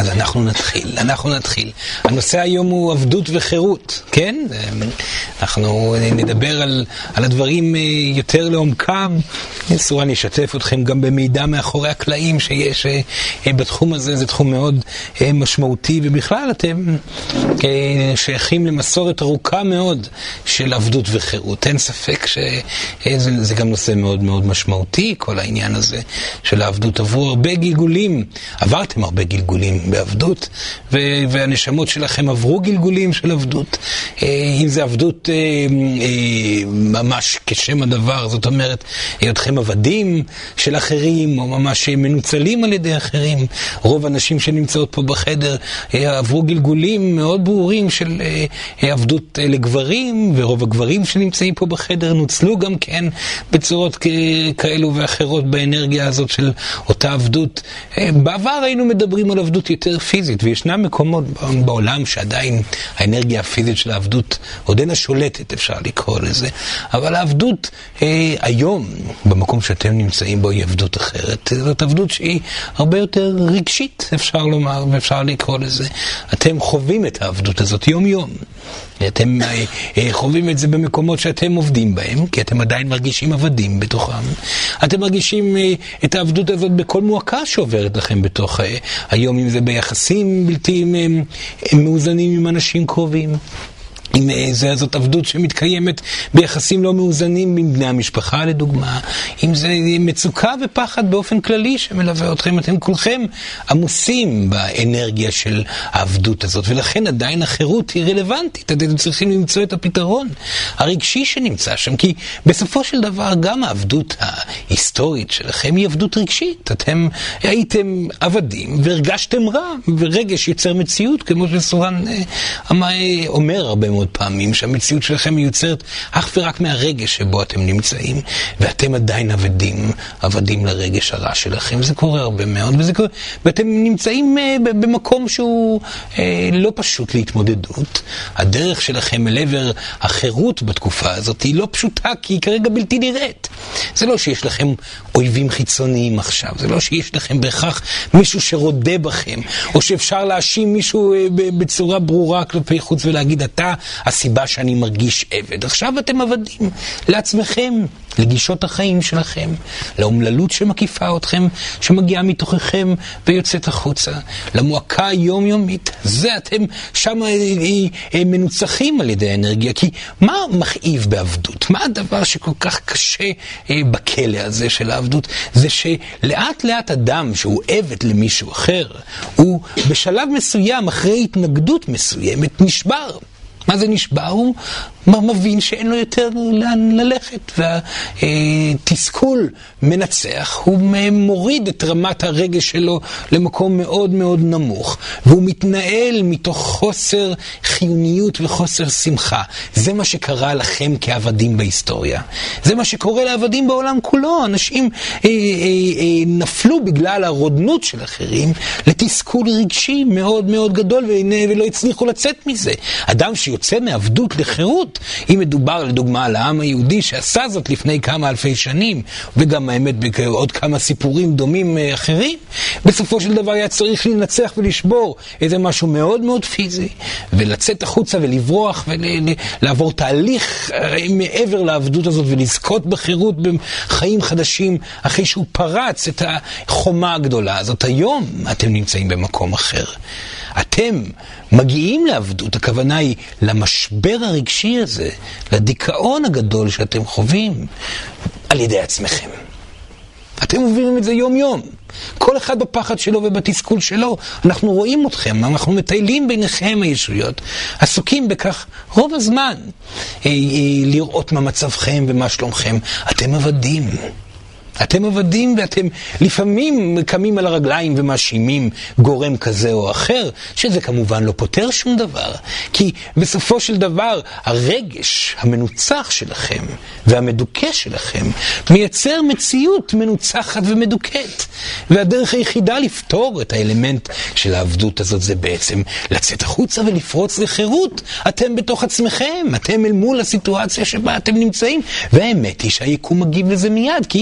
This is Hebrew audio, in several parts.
אז אנחנו נתחיל. הנושא היום הוא עבדות וחירות, כן? אנחנו נדבר על הדברים יותר לעומקם. סורן ישתף אתכם גם במידע מאחורי הקלעים שיש בתחום הזה. זה תחום מאוד משמעותי, ובכלל אתם שייכים למסורת ארוכה מאוד של עבדות וחירות. אין ספק שזה גם נושא מאוד מאוד משמעותי, כל העניין הזה של העבדות. עברו הרבה גלגולים, עברתם הרבה גלגולים בעבדות, והנשמות שלכם עברו גלגולים של עבדות. אם זה עבדות ממש כשם הדבר, זאת אומרת, היותכם עבדים של אחרים, או ממש מנוצלים על ידי אחרים. רוב האנשים שנמצאות פה בחדר עברו גלגולים מאוד ברורים של עבדות לגברים, ורוב הגברים שנמצאים פה בחדר נוצלו גם כן בצורות כאלו ואחרות באנרגיה הזאת של אותה עבדות. בעבר היינו מדברים על עבדות יותר פיזית, וישנם מקומות בעולם שעדיין האנרגיה הפיזית של העבדות עודנה שולטת, אפשר לקרוא לזה. אבל העבדות היום, במקום שאתם נמצאים בו, היא עבדות אחרת. זאת עבדות שהיא הרבה יותר רגשית, אפשר לומר, ואפשר לקרוא לזה. אתם חווים את העבדות הזאת יום יום. אתם חווים את זה במקומות שאתם עובדים בהם, כי אתם עדיין מרגישים עבדים בתוכם. אתם מרגישים את העבדות הזאת בכל מועקה שעוברת לכם בתוך היום, אם זה ביחסים בלתי מאוזנים עם אנשים קרובים. אם זאת עבדות שמתקיימת ביחסים לא מאוזנים עם בני המשפחה לדוגמה, אם זה מצוקה ופחד באופן כללי שמלווה אתכם, אתם כולכם עמוסים באנרגיה של העבדות הזאת, ולכן עדיין החירות היא רלוונטית. אתם צריכים למצוא את הפתרון הרגשי שנמצא שם, כי בסופו של דבר גם העבדות ההיסטורית שלכם היא עבדות רגשית. אתם הייתם עבדים והרגשתם רע, ורגש יוצר מציאות, כמו שסורן אומר הרבה מאוד פעמים, שהמציאות שלכם מיוצרת אך ורק מהרגש שבו אתם נמצאים, ואתם עדיין עבדים לרגש הרע שלכם. זה קורה הרבה מאוד, ואתם נמצאים במקום שהוא לא פשוט להתמודדות. הדרך שלכם אל עבר החירות בתקופה הזאת היא לא פשוטה, כי היא כרגע בלתי נראית. זה לא שיש לכם אויבים חיצוניים עכשיו, זה לא שיש לכם בהכרח מישהו שרודה בכם, או שאפשר להאשים מישהו בצורה ברורה כלפי חוץ ולהגיד, אתה הסיבה שאני מרגיש עבד. עכשיו אתם עבדים לעצמכם, לגישות החיים שלכם, לאומללות שמקיפה אתכם, שמגיעה מתוככם ויוצאת החוצה, למועקה היומיומית. זה אתם שם מנוצחים על ידי האנרגיה. כי מה מכאיב בעבדות? מה הדבר שכל כך קשה בכלא הזה של העבדות? זה שלאט לאט אדם שהוא עבד למישהו אחר, הוא בשלב מסוים, אחרי התנגדות מסוימת, נשבר. מה זה נשבר? הוא מבין שאין לו יותר לאן ללכת, והתסכול מנצח. הוא מוריד את רמת הרגש שלו למקום מאוד מאוד נמוך, והוא מתנהל מתוך חוסר חיוניות וחוסר שמחה. זה מה שקרה לכם כעבדים בהיסטוריה. זה מה שקורה לעבדים בעולם כולו. אנשים נפלו בגלל הרודנות של אחרים לתסכול רגשי מאוד מאוד גדול, ולא הצליחו לצאת מזה. אדם שיוצא מעבדות לחירות, אם מדובר לדוגמה על העם היהודי שעשה זאת לפני כמה אלפי שנים, וגם האמת בעוד כמה סיפורים דומים אחרים, בסופו של דבר היה צריך לנצח ולשבור איזה משהו מאוד מאוד פיזי, ולצאת החוצה ולברוח ולעבור תהליך מעבר לעבדות הזאת, ולזכות בחירות בחיים חדשים אחרי שהוא פרץ את החומה הגדולה הזאת. היום אתם נמצאים במקום אחר. אתם מגיעים לעבדות, הכוונה היא למשבר הרגשי הזה, לדיכאון הגדול שאתם חווים על ידי עצמכם. אתם מובילים את זה יום יום. כל אחד בפחד שלו ובתסכול שלו. אנחנו רואים אתכם, אנחנו מטיילים ביניכם הישויות, עסוקים בכך רוב הזמן, לראות מה מצבכם ומה שלומכם. אתם עבדים. אתם עבדים, ואתם לפעמים קמים על הרגליים ומאשימים גורם כזה או אחר, שזה כמובן לא פותר שום דבר. כי בסופו של דבר הרגש המנוצח שלכם והמדוכא שלכם מייצר מציאות מנוצחת ומדוכאת. והדרך היחידה לפתור את האלמנט של העבדות הזאת זה בעצם לצאת החוצה ולפרוץ לחירות. אתם בתוך עצמכם, אתם אל מול הסיטואציה שבה אתם נמצאים. והאמת היא שהיקום מגיב לזה מיד, כי אם רגש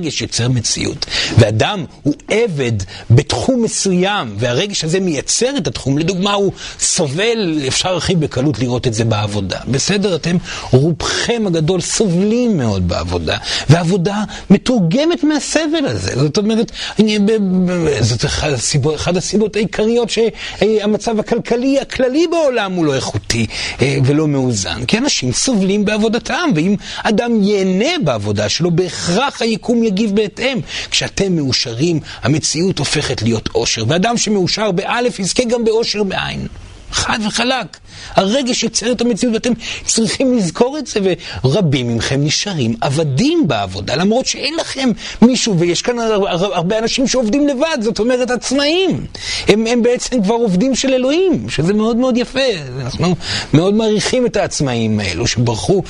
הרגש יוצר מציאות. ואדם הוא עבד בתחום מסוים, והרגש הזה מייצר את התחום. לדוגמה, הוא סובל, אפשר הכי בקלות לראות את זה בעבודה. בסדר? אתם רובכם הגדול סובלים מאוד בעבודה, והעבודה מתורגמת מהסבל הזה. זאת אומרת, זאת אחת הסיבות העיקריות שהמצב הכלכלי הכללי בעולם הוא לא איכותי ולא מאוזן. כי אנשים סובלים בעבודתם, ואם אדם ייהנה בעבודה שלו, בהכרח היקום יגיב בהתאם. כשאתם מאושרים, המציאות הופכת להיות אושר, ואדם שמאושר באלף יזכה גם באושר בעין. חד וחלק. הרגש יוצר את המציאות, ואתם צריכים לזכור את זה, ורבים מכם נשארים עבדים בעבודה, למרות שאין לכם מישהו, ויש כאן הרבה אנשים שעובדים לבד, זאת אומרת עצמאים. הם בעצם כבר עובדים של אלוהים, שזה מאוד מאוד יפה. אנחנו מאוד מעריכים את העצמאים האלו, שבחרו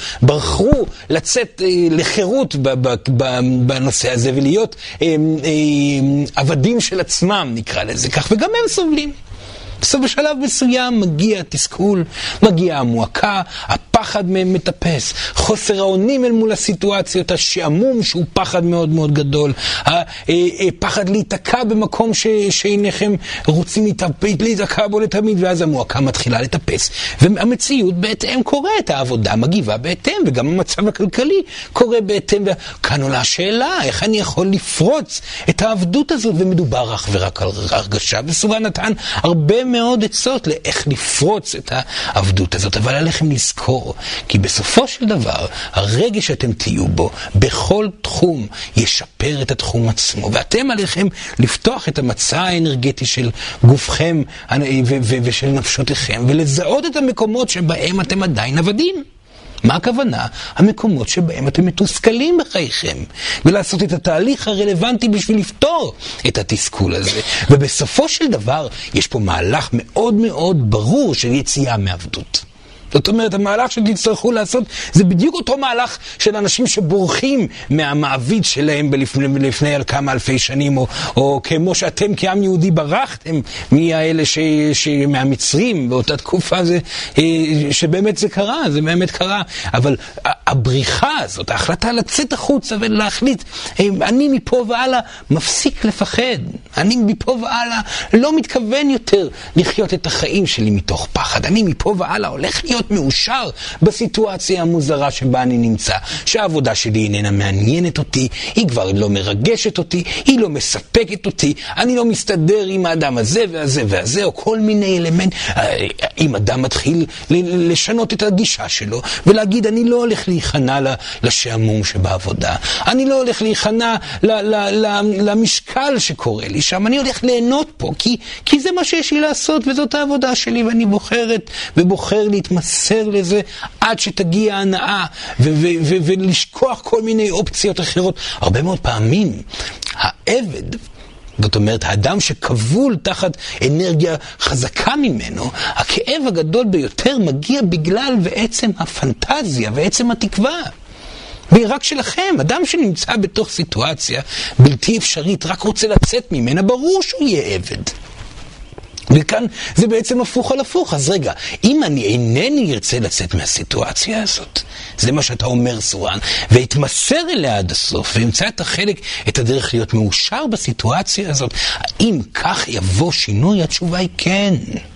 לצאת לחירות בנושא הזה, ולהיות עבדים של עצמם, נקרא לזה כך, וגם הם סובלים. בסוף בשלב מסוים מגיע התסכול, מגיע המועקה, הפחד מהם מטפס, חוסר האונים אל מול הסיטואציות, השעמום שהוא פחד מאוד מאוד גדול, הפחד להיתקע במקום שאינכם רוצים להיתקע בו לתמיד, ואז המועקה מתחילה לטפס. והמציאות בהתאם קורית, העבודה מגיבה בהתאם, וגם המצב הכלכלי קורה בהתאם. וכאן עולה השאלה, איך אני יכול לפרוץ את העבדות הזאת? ומדובר אך ורק על הרגשה. וסורן נתן הרבה מאוד עצות לאיך לפרוץ את העבדות הזאת, אבל עליכם לזכור, כי בסופו של דבר, הרגש שאתם תהיו בו, בכל תחום, ישפר את התחום עצמו, ואתם עליכם לפתוח את המצע האנרגטי של גופכם ושל נפשותיכם, ולזהות את המקומות שבהם אתם עדיין עבדים. מה הכוונה? המקומות שבהם אתם מתוסכלים בחייכם, ולעשות את התהליך הרלוונטי בשביל לפתור את התסכול הזה. ובסופו של דבר, יש פה מהלך מאוד מאוד ברור של יציאה מעבדות. זאת אומרת, המהלך שתצטרכו לעשות, זה בדיוק אותו מהלך של אנשים שבורחים מהמעביד שלהם לפני כמה אלפי שנים, או כמו שאתם כעם יהודי ברחתם מהאלה מהמצרים באותה תקופה, שבאמת זה קרה, זה באמת קרה. אבל הבריחה הזאת, ההחלטה לצאת החוצה ולהחליט, אני מפה והלאה מפסיק לפחד. אני מפה והלאה לא מתכוון יותר לחיות את החיים שלי מתוך פחד. אני מפה והלאה הולך להיות מאושר בסיטואציה המוזרה שבה אני נמצא, שהעבודה שלי איננה מעניינת אותי, היא כבר לא מרגשת אותי, היא לא מספקת אותי, אני לא מסתדר עם האדם הזה והזה והזה, או כל מיני אלמנט. אם אדם מתחיל לשנות את הגישה שלו ולהגיד, אני לא הולך להיכנע לשעמום שבעבודה, אני לא הולך להיכנע למשקל שקורה לי שם, אני הולך ליהנות פה, כי זה מה שיש לי לעשות, וזאת העבודה שלי, ואני בוחרת ובוחר להתמסר לזה עד שתגיע ההנאה, ולשכוח כל מיני אופציות אחרות. הרבה מאוד פעמים העבד, זאת אומרת, האדם שכבול תחת אנרגיה חזקה ממנו, הכאב הגדול ביותר מגיע בגלל ועצם הפנטזיה ועצם התקווה. והיא רק שלכם. אדם שנמצא בתוך סיטואציה בלתי אפשרית, רק רוצה לצאת ממנה, ברור שהוא יהיה עבד. וכאן זה בעצם הפוך על הפוך. אז רגע, אם אני אינני ארצה לצאת מהסיטואציה הזאת, זה מה שאתה אומר, סורן, והתמסר אליה עד הסוף, וימצא את הדרך להיות מאושר בסיטואציה הזאת, האם כך יבוא שינוי? התשובה היא כן.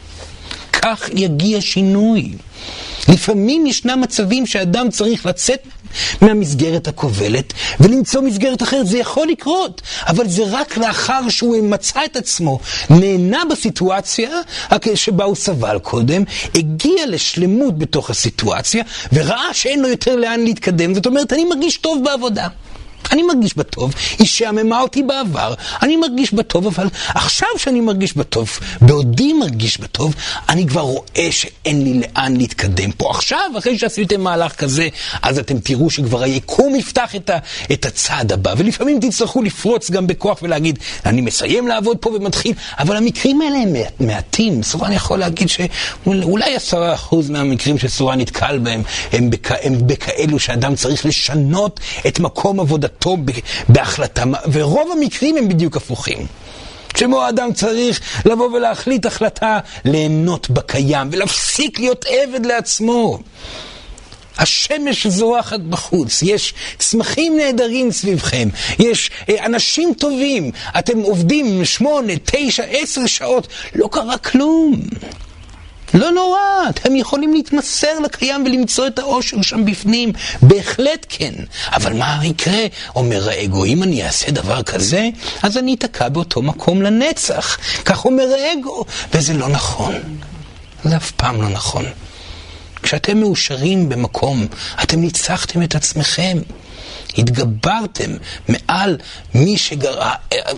כך יגיע שינוי. לפעמים ישנם מצבים שאדם צריך לצאת מהמסגרת הכובלת ולמצוא מסגרת אחרת. זה יכול לקרות, אבל זה רק לאחר שהוא מצא את עצמו, נהנה בסיטואציה שבה הוא סבל קודם, הגיע לשלמות בתוך הסיטואציה וראה שאין לו יותר לאן להתקדם. זאת אומרת, אני מרגיש טוב בעבודה, אני מרגיש בטוב, היא שעממה אותי בעבר, אני מרגיש בטוב, אבל עכשיו שאני מרגיש בטוב, בעודי מרגיש בטוב, אני כבר רואה שאין לי לאן להתקדם פה. עכשיו, אחרי שעשיתם מהלך כזה, אז אתם תראו שכבר היקום יפתח את הצעד הבא, ולפעמים תצטרכו לפרוץ גם בכוח ולהגיד, אני מסיים לעבוד פה ומתחיל, אבל המקרים האלה הם מעטים. סורן יכול להגיד שאולי 10% מהמקרים שסורן נתקל בהם, הם בכאלו שאדם צריך לשנות את מקום עבודתו בהחלטה, ורוב המקרים הם בדיוק הפוכים. שבו האדם צריך לבוא ולהחליט החלטה ליהנות בקיים ולהפסיק להיות עבד לעצמו. השמש זורחת בחוץ, יש צמחים נהדרים סביבכם, יש אנשים טובים, אתם עובדים 8, 9, 10 שעות, לא קרה כלום. לא נורא, אתם יכולים להתמסר לקיים ולמצוא את האושר שם בפנים, בהחלט כן. אבל מה יקרה? אומר האגו, אם אני אעשה דבר כזה, אז אני אתקע באותו מקום לנצח. כך אומר האגו, וזה לא נכון. זה אף פעם לא נכון. כשאתם מאושרים במקום, אתם ניצחתם את עצמכם. התגברתם מעל מי שגרע,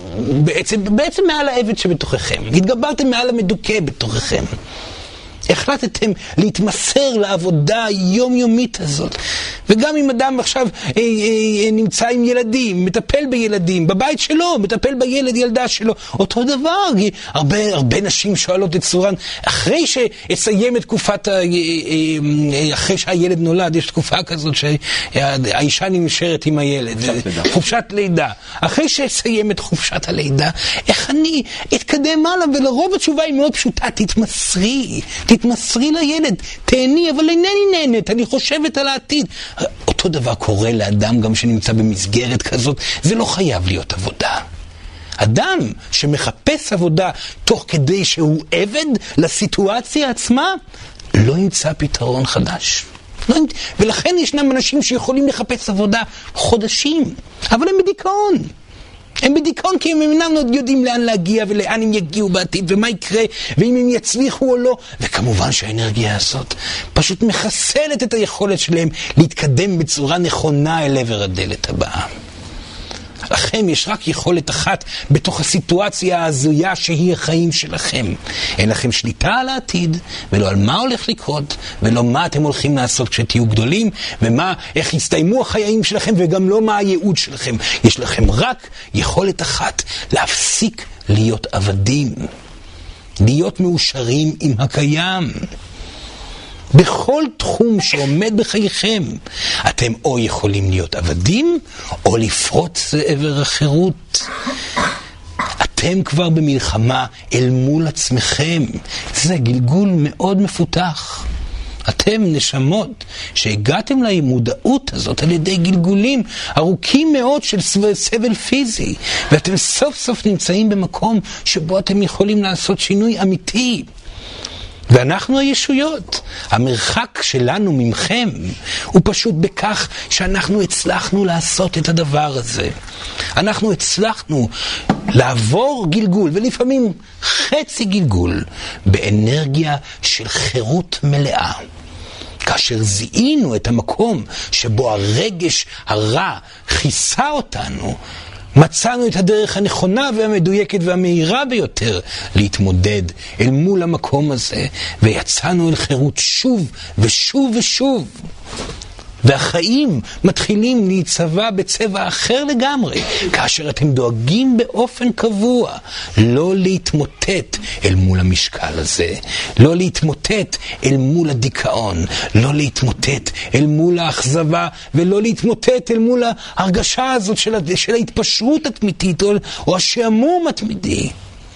בעצם מעל העבד שבתוככם. התגברתם מעל המדוכא בתוככם. החלטתם להתמסר לעבודה היומיומית הזאת. וגם אם אדם עכשיו נמצא עם ילדים, מטפל בילדים, בבית שלו, מטפל בילד, ילדה שלו, אותו דבר. הרבה נשים שואלות את צורן, אחרי שסיים את תקופת, אחרי שהילד נולד, יש תקופה כזאת שהאישה נמשרת עם הילד, חופשת לידה. אחרי שסיים את חופשת הלידה, איך אני אתקדם הלאה? ולרוב התשובה היא מאוד פשוטה, תתמסרי לילד, תהני, אבל אינני נהנית, אני חושבת על העתיד. אותו דבר קורה לאדם גם שנמצא במסגרת כזאת, זה לא חייב להיות עבודה. אדם שמחפש עבודה תוך כדי שהוא עבד לסיטואציה עצמה, לא ימצא פתרון חדש. ולכן ישנם אנשים שיכולים לחפש עבודה חודשים, אבל הם בדיכאון. הם בדיכאון כי הם אינם עוד יודעים לאן להגיע ולאן הם יגיעו בעתיד ומה יקרה ואם הם יצליחו או לא. וכמובן שהאנרגיה הזאת פשוט מחסלת את היכולת שלהם להתקדם בצורה נכונה אל עבר הדלת הבאה. לכם יש רק יכולת אחת בתוך הסיטואציה ההזויה שהיא החיים שלכם. אין לכם שליטה על העתיד, ולא על מה הולך לקרות, ולא מה אתם הולכים לעשות כשתהיו גדולים, איך יסתיימו החיים שלכם, וגם לא מה הייעוד שלכם. יש לכם רק יכולת אחת, להפסיק להיות עבדים, להיות מאושרים עם הקיים. בכל תחום שעומד בחייכם, אתם או יכולים להיות עבדים, או לפרוץ לעבר החירות. אתם כבר במלחמה אל מול עצמכם. זה גלגול מאוד מפותח. אתם נשמות שהגעתם למודעות הזאת על ידי גלגולים ארוכים מאוד של סבל פיזי, ואתם סוף סוף נמצאים במקום שבו אתם יכולים לעשות שינוי אמיתי. ואנחנו הישויות. המרחק שלנו ממכם הוא פשוט בכך שאנחנו הצלחנו לעשות את הדבר הזה. אנחנו הצלחנו לעבור גלגול, ולפעמים חצי גלגול, באנרגיה של חירות מלאה. כאשר זיהינו את המקום שבו הרגש הרע חיסה אותנו, מצאנו את הדרך הנכונה והמדויקת והמהירה ביותר להתמודד אל מול המקום הזה, ויצאנו אל חירות שוב ושוב ושוב. והחיים מתחילים להיצבע בצבע אחר לגמרי, כאשר אתם דואגים באופן קבוע לא להתמוטט אל מול המשקל הזה, לא להתמוטט אל מול הדיכאון, לא להתמוטט אל מול האכזבה, ולא להתמוטט אל מול ההרגשה הזאת של ההתפשרות התמידית או השעמום התמידי.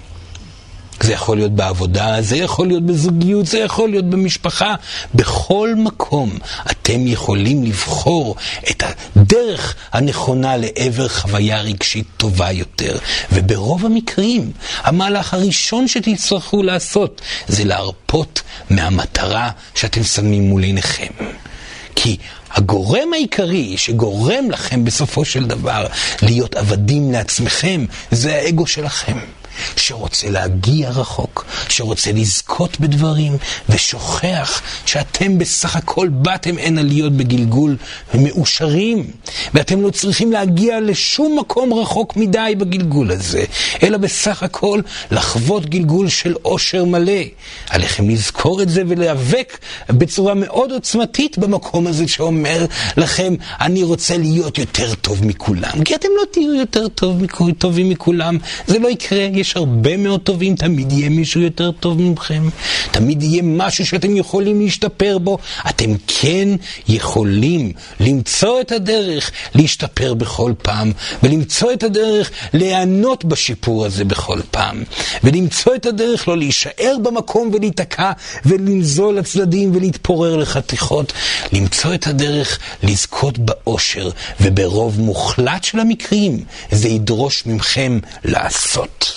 זה יכול להיות בעבודה, זה יכול להיות בזוגיות, זה יכול להיות במשפחה. בכל מקום אתם יכולים לבחור את הדרך הנכונה לעבר חוויה רגשית טובה יותר. וברוב המקרים, המהלך הראשון שתצטרכו לעשות זה להרפות מהמטרה שאתם שמים מול עיניכם. כי הגורם העיקרי שגורם לכם בסופו של דבר להיות עבדים לעצמכם זה האגו שלכם. שרוצה להגיע רחוק, שרוצה לזכות בדברים, ושוכח שאתם בסך הכל באתם הנה להיות בגלגול ומאושרים, ואתם לא צריכים להגיע לשום מקום רחוק מדי בגלגול הזה, אלא בסך הכל לחוות גלגול של אושר מלא. עליכם לזכור את זה ולהיאבק בצורה מאוד עוצמתית במקום הזה שאומר לכם, אני רוצה להיות יותר טוב מכולם. כי אתם לא תהיו יותר טובים מכולם, זה לא יקרה. יש הרבה מאוד טובים, תמיד יהיה מישהו יותר טוב ממכם, תמיד יהיה משהו שאתם יכולים להשתפר בו. אתם כן יכולים למצוא את הדרך להשתפר בכל פעם, ולמצוא את הדרך ליהנות בשיפור הזה בכל פעם, ולמצוא את הדרך לא להישאר במקום ולהיתקע ולנזול לצדדים ולהתפורר לחתיכות, למצוא את הדרך לזכות באושר, וברוב מוחלט של המקרים זה ידרוש ממכם לעשות,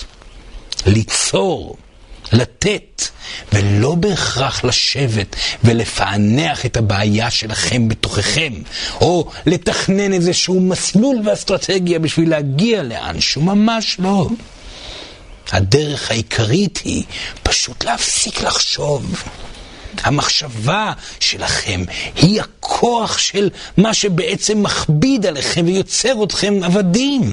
ליצור, לתת, ולא בהכרח לשבת ולפענח את הבעיה שלכם בתוככם, או לתכנן איזשהו מסלול ואסטרטגיה בשביל להגיע לאנשהו. ממש לא. הדרך העיקרית היא פשוט להפסיק לחשוב. המחשבה שלכם היא הכוח של מה שבעצם מכביד עליכם ויוצר אתכם עבדים.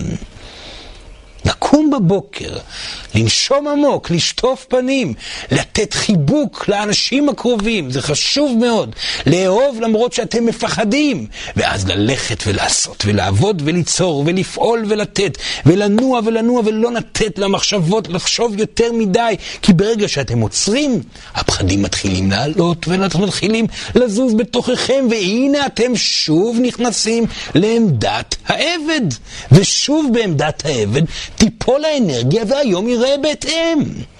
לקום בבוקר, לנשום עמוק, לשטוף פנים, לתת חיבוק לאנשים הקרובים, זה חשוב מאוד. לאהוב למרות שאתם מפחדים, ואז ללכת ולעשות ולעבוד וליצור ולפעול ולתת ולנוע ולא לתת למחשבות לחשוב יותר מדי, כי ברגע שאתם עוצרים, הפחדים מתחילים לעלות ומתחילים לזוז בתוככם, והנה אתם שוב נכנסים לעמדת העבד, ושוב בעמדת העבד תיפול האנרגיה והיום יראה בהתאם.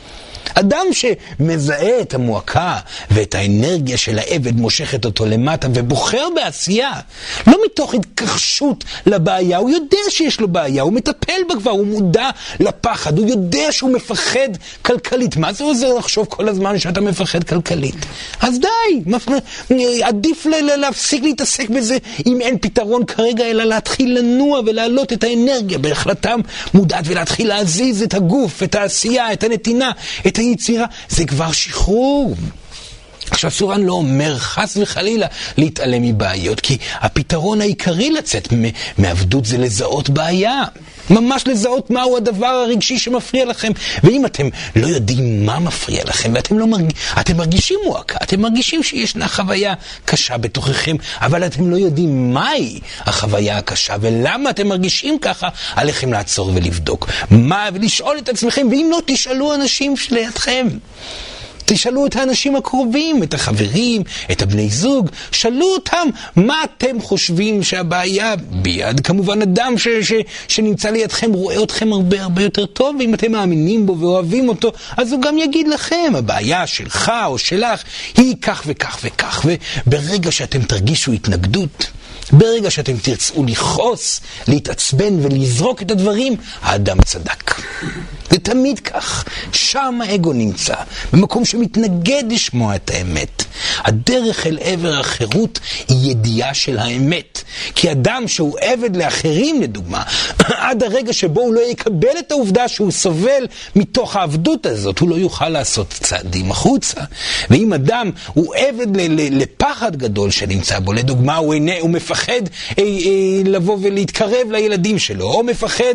אדם שמזהה את המועקה ואת האנרגיה של העבד מושכת אותו למטה ובוחר בעשייה, לא מתוך התכחשות לבעיה, הוא יודע שיש לו בעיה, הוא מטפל בה כבר, הוא מודע לפחד, הוא יודע שהוא מפחד כלכלית. מה זה עוזר לחשוב כל הזמן שאתה מפחד כלכלית? אז די, עדיף להפסיק להתעסק בזה אם אין פתרון כרגע, אלא להתחיל לנוע ולהעלות את האנרגיה בהחלטה מודעת ולהתחיל להזיז את הגוף, את העשייה, את הנתינה, את היצירה. זה כבר שחרור. עכשיו סורן לא אומר חס וחלילה להתעלם מבעיות, כי הפתרון העיקרי לצאת מעבדות זה לזהות בעיה, ממש לזהות מהו הדבר הרגשי שמפריע לכם. ואם אתם לא יודעים מה מפריע לכם ואתם אתם מרגישים מועקה, אתם מרגישים שישנה חוויה קשה בתוככם, אבל אתם לא יודעים מהי החוויה הקשה ולמה אתם מרגישים ככה, עליכם לעצור ולבדוק ולשאול את עצמכם, ואם לא, תשאלו אנשים שלידכם, תשאלו את האנשים הקרובים, את החברים, את הבני זוג, שאלו אותם מה אתם חושבים שהבעיה. ביד כמובן אדם שנמצא לידכם רואה אתכם הרבה יותר טוב, ואם אתם מאמינים בו ואוהבים אותו, אז הוא גם יגיד לכם, הבעיה שלך או שלך היא כך וכך וכך. וברגע שאתם תרגישו התנגדות, ברגע שאתם תרצו לכעוס, להתעצבן ולזרוק את הדברים, האדם צדק. זה תמיד כך. שם האגו נמצא, במקום שמתנגד לשמוע את האמת. הדרך אל עבר החירות היא ידיעה של האמת. כי אדם שהוא עבד לאחרים, לדוגמה, עד הרגע שבו הוא לא יקבל את העובדה שהוא סובל מתוך העבדות הזאת, הוא לא יוכל לעשות צעדים החוצה. ואם אדם הוא עבד לפחד גדול שנמצא בו, לדוגמה, הוא מפחד לבוא ולהתקרב לילדים שלו, או מפחד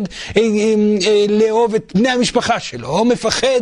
לאהוב את בני המשפחה שלו, או מפחד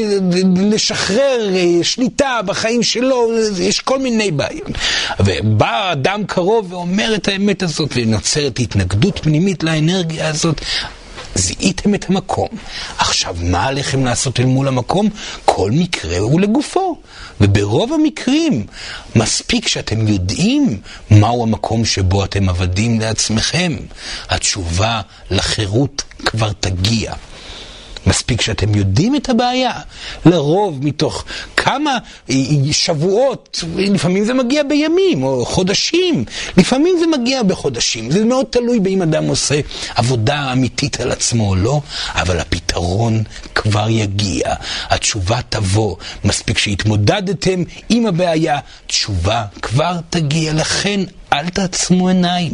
לשחרר שליטה בחיים שלו, יש כל מיני בעיות. ובא אדם קרוב ואומר את האמת הזאת, ונוצרת התנגדות פנימית לאנרגיה הזאת. זיהיתם את המקום. עכשיו, מה עליכם לעשות אל מול המקום? כל מקרה הוא לגופו. וברוב המקרים, מספיק שאתם יודעים מהו המקום שבו אתם עבדים לעצמכם. התשובה לחירות כבר תגיע. מספיק שאתם יודעים את הבעיה. לרוב מתוך כמה שבועות, לפעמים זה מגיע בימים או חודשים, לפעמים זה מגיע בחודשים. זה מאוד תלוי באם אדם עושה עבודה אמיתית על עצמו או לא, אבל הפתרון כבר יגיע. התשובה תבוא. מספיק שהתמודדתם עם הבעיה, תשובה כבר תגיע. לכן אל תעצמו עיניים.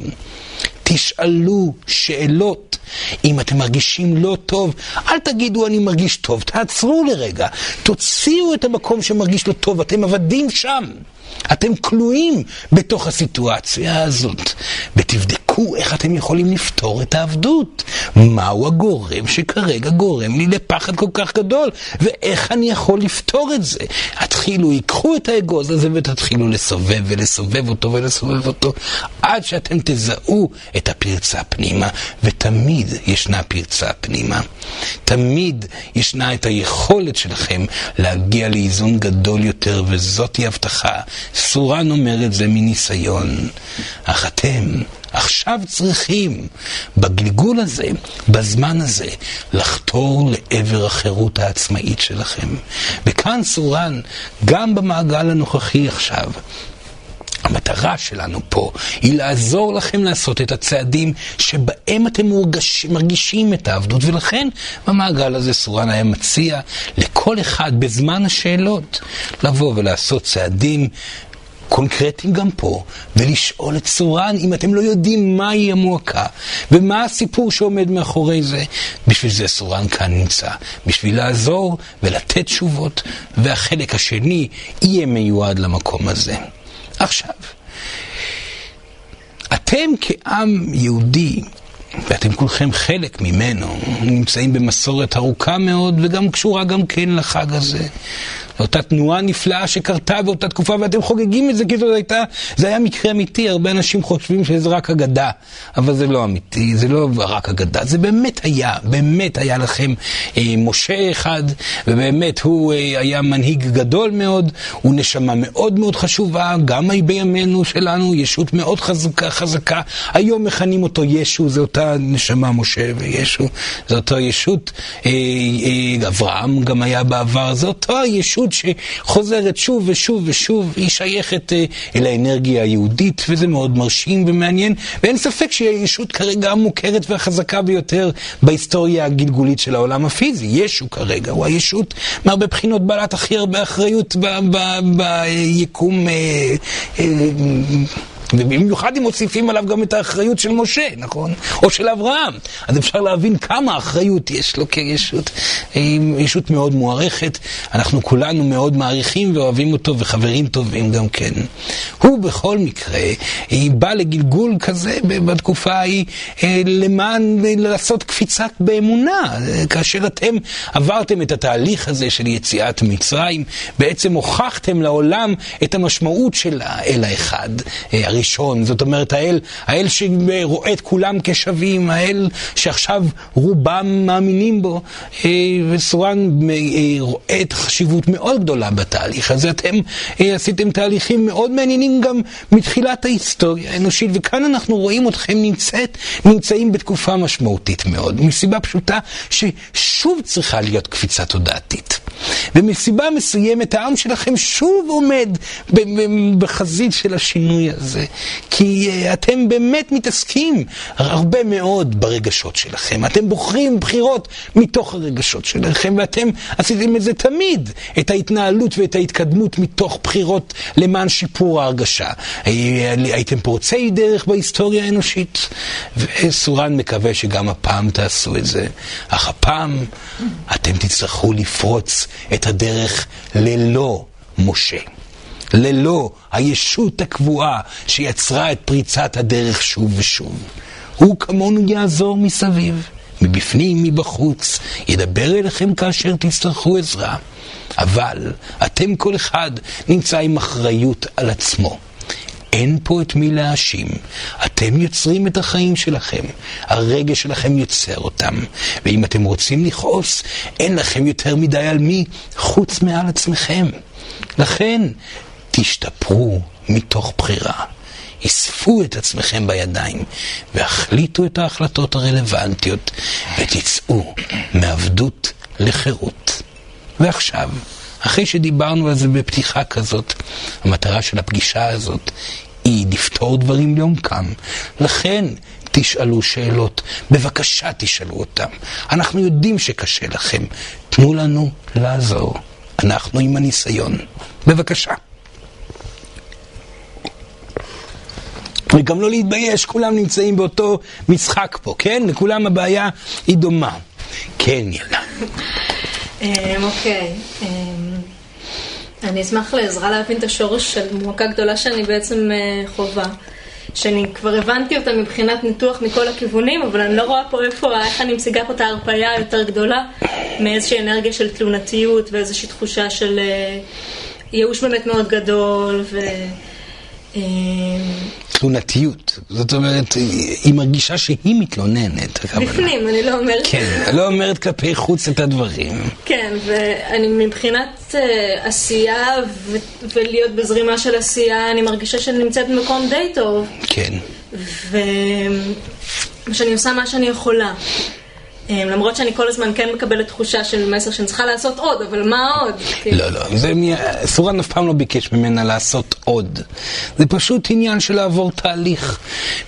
תשאלו שאלות. אם אתם מרגישים לא טוב, אל תגידו אני מרגיש טוב, תעצרו לרגע, תוציאו את המקום שמרגיש לא טוב, אתם עבדים שם, אתם כלואים בתוך הסיטואציה הזאת, ותבדקו בדקו איך אתם יכולים לפתור את העבדות. מהו הגורם שכרגע גורם לי לפחד כל כך גדול, ואיך אני יכול לפתור את זה. התחילו, ייקחו את האגוז הזה ותתחילו לסובב ולסובב אותו ולסובב אותו, עד שאתם תזהו את הפרצה פנימה, ותמיד ישנה פרצה פנימה. תמיד ישנה את היכולת שלכם להגיע לאיזון גדול יותר, וזאת היא הבטחה. סורן אומר את זה מניסיון. אך אתם עכשיו צריכים בגלגול הזה, בזמן הזה, לחתור לעבר החירות העצמאית שלכם. וכאן סורן, גם במעגל הנוכחי עכשיו, המטרה שלנו פה היא לעזור לכם לעשות את הצעדים שבהם אתם מרגישים את העבדות, ולכן במעגל הזה סורן היה מציע לכל אחד בזמן השאלות לבוא ולעשות צעדים קונקרטיים גם פה, ולשאול את סורן אם אתם לא יודעים מהי המועקה ומה הסיפור שעומד מאחורי זה. בשביל זה סורן כאן נמצא, בשביל לעזור ולתת תשובות, והחלק השני יהיה מיועד למקום הזה. עכשיו, אתם כעם יהודי, ואתם כולכם חלק ממנו, נמצאים במסורת ארוכה מאוד וגם קשורה גם כן לחג הזה. אותה תנועה נפלאה שקרתה באותה תקופה, ואתם חוגגים את זה כי זה היה מקרה אמיתי. הרבה אנשים חושבים שזה רק אגדה, אבל זה לא אמיתי, זה לא רק אגדה, זה באמת היה לכם משה אחד, ובאמת הוא היה מנהיג גדול מאוד, הוא נשמה מאוד מאוד חשובה, גם בימינו שלנו, ישות מאוד חזקה. היום מכנים אותו ישו, זה אותה נשמה משה וישו, זה אותו ישות. אברהם גם היה בעבר, זה אותו ישות שחוזרת שוב ושוב ושוב, היא שייכת אל האנרגיה היהודית, וזה מאוד מרשים ומעניין, ואין ספק שהיא הישות כרגע המוכרת והחזקה ביותר בהיסטוריה הגלגולית של העולם הפיזי. ישו כרגע הוא הישות מהרבה בחינות בעלת הכי הרבה אחריות ביקום, ובמיוחד אם מוסיפים עליו גם את האחריות של משה, נכון? או של אברהם. אז אפשר להבין כמה אחריות יש לו כישות. ישות מאוד מוערכת. אנחנו כולנו מאוד מעריכים ואוהבים אותו, וחברים טובים גם כן. הוא בכל מקרה, היא בא לגלגול כזה בתקופה ההיא, למען לעשות קפיצה באמונה. כאשר אתם עברתם את התהליך הזה של יציאת מצרים, בעצם הוכחתם לעולם את המשמעות של האל האחד, הראשון. זאת אומרת, האל שרואה את כולם כשווים, האל שעכשיו רובם מאמינים בו, וסורן רואה את החשיבות מאוד גדולה בתהליך הזה. אתם עשיתם תהליכים מאוד מעניינים גם מתחילת ההיסטוריה האנושית, וכאן אנחנו רואים אתכם נמצאים בתקופה משמעותית מאוד, מסיבה פשוטה ששוב צריכה להיות קפיצה תודעתית. ומסיבה מסוימת העם שלכם שוב עומד בחזית של השינוי הזה, כי אתם באמת מתעסקים הרבה מאוד ברגשות שלכם. אתם בוחרים בחירות מתוך הרגשות שלכם, ואתם עשיתם את זה תמיד, את ההתנהלות ואת ההתקדמות מתוך בחירות למען שיפור ההרגשה. הייתם פורצי דרך בהיסטוריה האנושית, וסורן מקווה שגם הפעם תעשו את זה. אך הפעם אתם תצטרכו לפרוץ את הדרך ללא משה, ללא הישות הקבועה שיצרה את פריצת הדרך שוב ושוב. הוא כמונו יעזור מסביב, מבפנים, מבחוץ, ידבר אליכם כאשר תצטרכו עזרה. אבל אתם כל אחד נמצא עם אחריות על עצמו. אין פה את מי להאשים. אתם יוצרים את החיים שלכם. הרגש שלכם יוצר אותם. ואם אתם רוצים לכעוס, אין לכם יותר מדי על מי חוץ מעל עצמכם. לכן, תשתפרו מתוך בחירה. אספו את עצמכם בידיים והחליטו את ההחלטות הרלוונטיות ותצאו מעבדות לחירות. ועכשיו, אחרי שדיברנו על זה בפתיחה כזאת, המטרה של הפגישה הזאת היא לפתור דברים לעומקם. לכן תשאלו שאלות, בבקשה תשאלו אותם. אנחנו יודעים שקשה לכם, תנו לנו לעזור. אנחנו עם הניסיון. בבקשה. וגם לא להתבייש, כולם נמצאים באותו משחק פה, כן? לכולם הבעיה היא דומה. כן, ילדה. אוקיי. אני אשמח לעזרה להבין את השורש של מועקה גדולה שאני בעצם חובה. שאני כבר הבנתי אותה מבחינת ניתוח מכל הכיוונים, אבל אני לא רואה פה איך אני משיגה פה את ההרפאיה היותר גדולה מאיזושהי אנרגיה של תלונתיות ואיזושהי תחושה של ייאוש באמת מאוד גדול תלונתיות, זאת אומרת, היא מרגישה שהיא מתלוננת. בפנים, אני לא אומרת. כן, לא אומרת כלפי חוץ את הדברים. כן, ואני מבחינת עשייה ולהיות בזרימה של עשייה, אני מרגישה שאני נמצאת במקום די טוב. כן. ושאני עושה מה שאני יכולה. למרות שאני כל הזמן כן מקבלת תחושה של מסר שאני צריכה לעשות עוד, אבל מה עוד? לא, סורן אף פעם לא ביקש ממנה לעשות עוד. זה פשוט עניין של לעבור תהליך.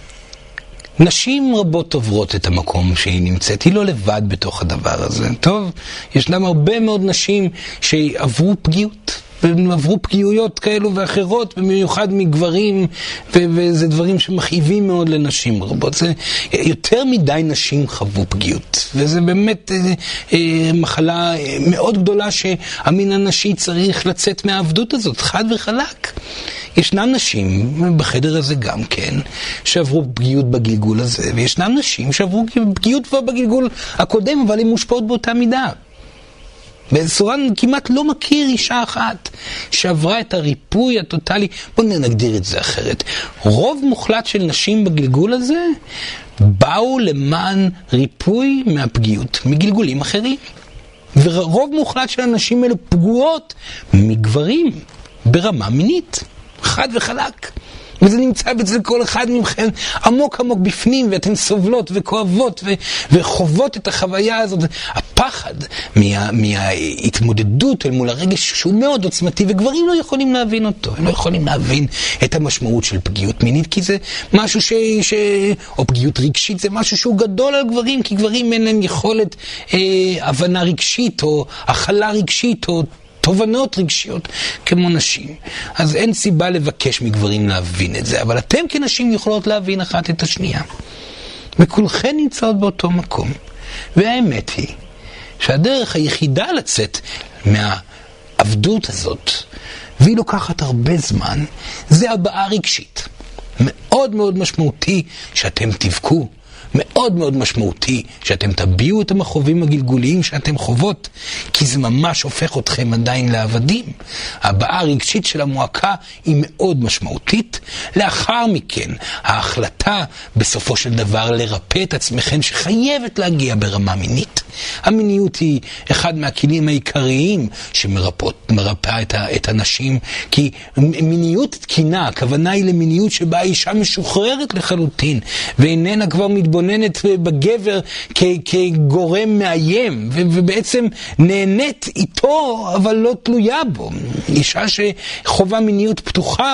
נשים רבות עוברות את המקום שהיא נמצאת, היא לא לבד בתוך הדבר הזה. טוב, ישנם הרבה מאוד נשים שעברו פגיעות. ועברו פגיעויות כאלו ואחרות, במיוחד מגברים, וזה דברים שמכאיבים מאוד לנשים רבות. זה יותר מדי נשים חוו פגיעות, וזה באמת מחלה מאוד גדולה שהמין הנשי צריך לצאת מהעבדות הזאת, חד וחלק. ישנן נשים, בחדר הזה גם כן, שעברו פגיעות בגלגול הזה, וישנן נשים שעברו פגיעות כבר בגלגול הקודם, אבל הן מושפעות באותה מידה. וסורן כמעט לא מכיר אישה אחת שעברה את הריפוי הטוטלי. בואו נגדיר את זה אחרת. רוב מוחלט של נשים בגלגול הזה באו למען ריפוי מהפגיעות, מגלגולים אחרים. ורוב מוחלט של הנשים האלה פגועות מגברים ברמה מינית. חד וחלק. וזה נמצא אצל כל אחד מכם עמוק עמוק בפנים, ואתן סובלות וכואבות וחוות את החוויה הזאת. הפחד מההתמודדות אל מול הרגש שהוא מאוד עוצמתי, וגברים לא יכולים להבין אותו. הם לא יכולים להבין את המשמעות של פגיעות מינית, כי זה משהו או פגיעות רגשית, זה משהו שהוא גדול על גברים, כי גברים אין להם יכולת הבנה רגשית, או הכלה רגשית, או תובנות רגשיות כמו נשים. אז אין סיבה לבקש מגברים להבין את זה, אבל אתם כנשים יכולות להבין אחת את השנייה. וכולכן נמצאות באותו מקום. והאמת היא שהדרך היחידה לצאת מהעבדות הזאת, והיא לוקחת הרבה זמן, זה הבעה רגשית. מאוד מאוד משמעותי שאתם תבכו, מאוד מאוד משמעותי שאתם תביאו את המחובים הגלגוליים שאתם חוות, כי זה ממש הופך אתכם עדיין לעבדים. הבעה הרגשית של המועקה היא מאוד משמעותית. לאחר מכן, ההחלטה בסופו של דבר לרפא את עצמכם שחייבת להגיע ברמה מינית. המיניות היא אחד מהכלים העיקריים שמרפאה את הנשים, כי מיניות תקינה, הכוונה היא למיניות שבה האישה משוחררת לחלוטין, ואיננה כבר מתבוננת בגבר כגורם מאיים, ובעצם נהנית איתו, אבל לא תלויה בו. אישה שחובה מיניות פתוחה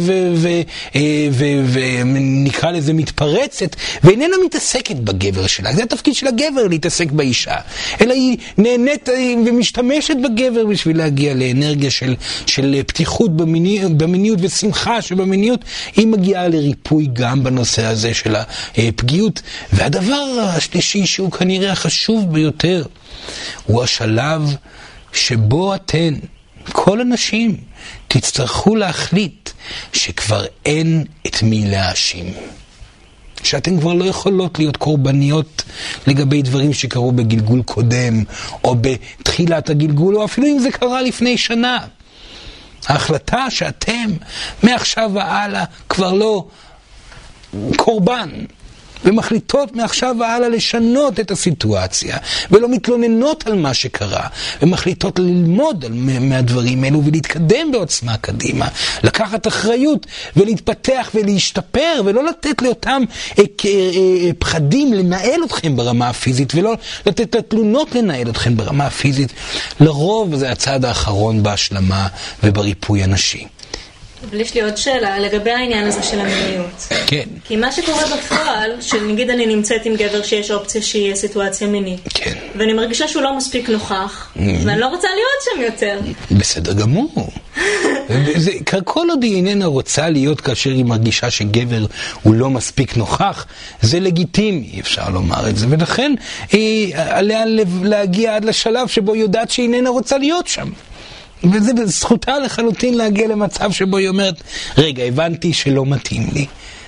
ונקרא לזה מתפרצת, ואיננה מתעסקת בגבר שלה. זה התפקיד של הגבר להתעסק באישה, אלא היא נהנית ומשתמשת בגבר בשביל להגיע לאנרגיה של פתיחות במיניות ושמחה שבמיניות. היא מגיעה לריפוי גם בנושא הזה של הפגיעות. והדבר השלישי שהוא כנראה החשוב ביותר הוא השלב שבו אתן, כל הנשים, תצטרכו להחליט שכבר אין את מי להאשים. שאתן כבר לא יכולות להיות קורבניות לגבי דברים שקרו בגלגול קודם, או בתחילת הגלגול, או אפילו אם זה קרה לפני שנה. ההחלטה שאתם מעכשיו והלאה כבר לא קורבן, ומחליטות מעכשיו והלאה לשנות את הסיטואציה, ולא מתלוננות על מה שקרה, ומחליטות ללמוד מהדברים האלו ולהתקדם בעוצמה קדימה, לקחת אחריות ולהתפתח ולהשתפר, ולא לתת לאותם פחדים לנהל אתכם ברמה הפיזית, ולא לתת לתלונות לנהל אתכם ברמה הפיזית. לרוב זה הצעד האחרון בהשלמה ובריפוי הנשי. אבל יש לי עוד שאלה לגבי העניין הזה של המיניות. כן. כי מה שקורה בפועל, שנגיד אני נמצאת עם גבר שיש אופציה שיהיה סיטואציה מינית. כן. ואני מרגישה שהוא לא מספיק נוכח, ואני לא רוצה להיות שם יותר. בסדר גמור. כל עוד היא איננה רוצה להיות כאשר היא מרגישה שגבר הוא לא מספיק נוכח, זה לגיטימי, אפשר לומר את זה. ולכן עליה להגיע עד לשלב שבו היא יודעת שהיא איננה רוצה להיות שם. וזה בזכותה לחלוטין להגיע למצב שבו היא אומרת, רגע, הבנתי שלא מתאים לי.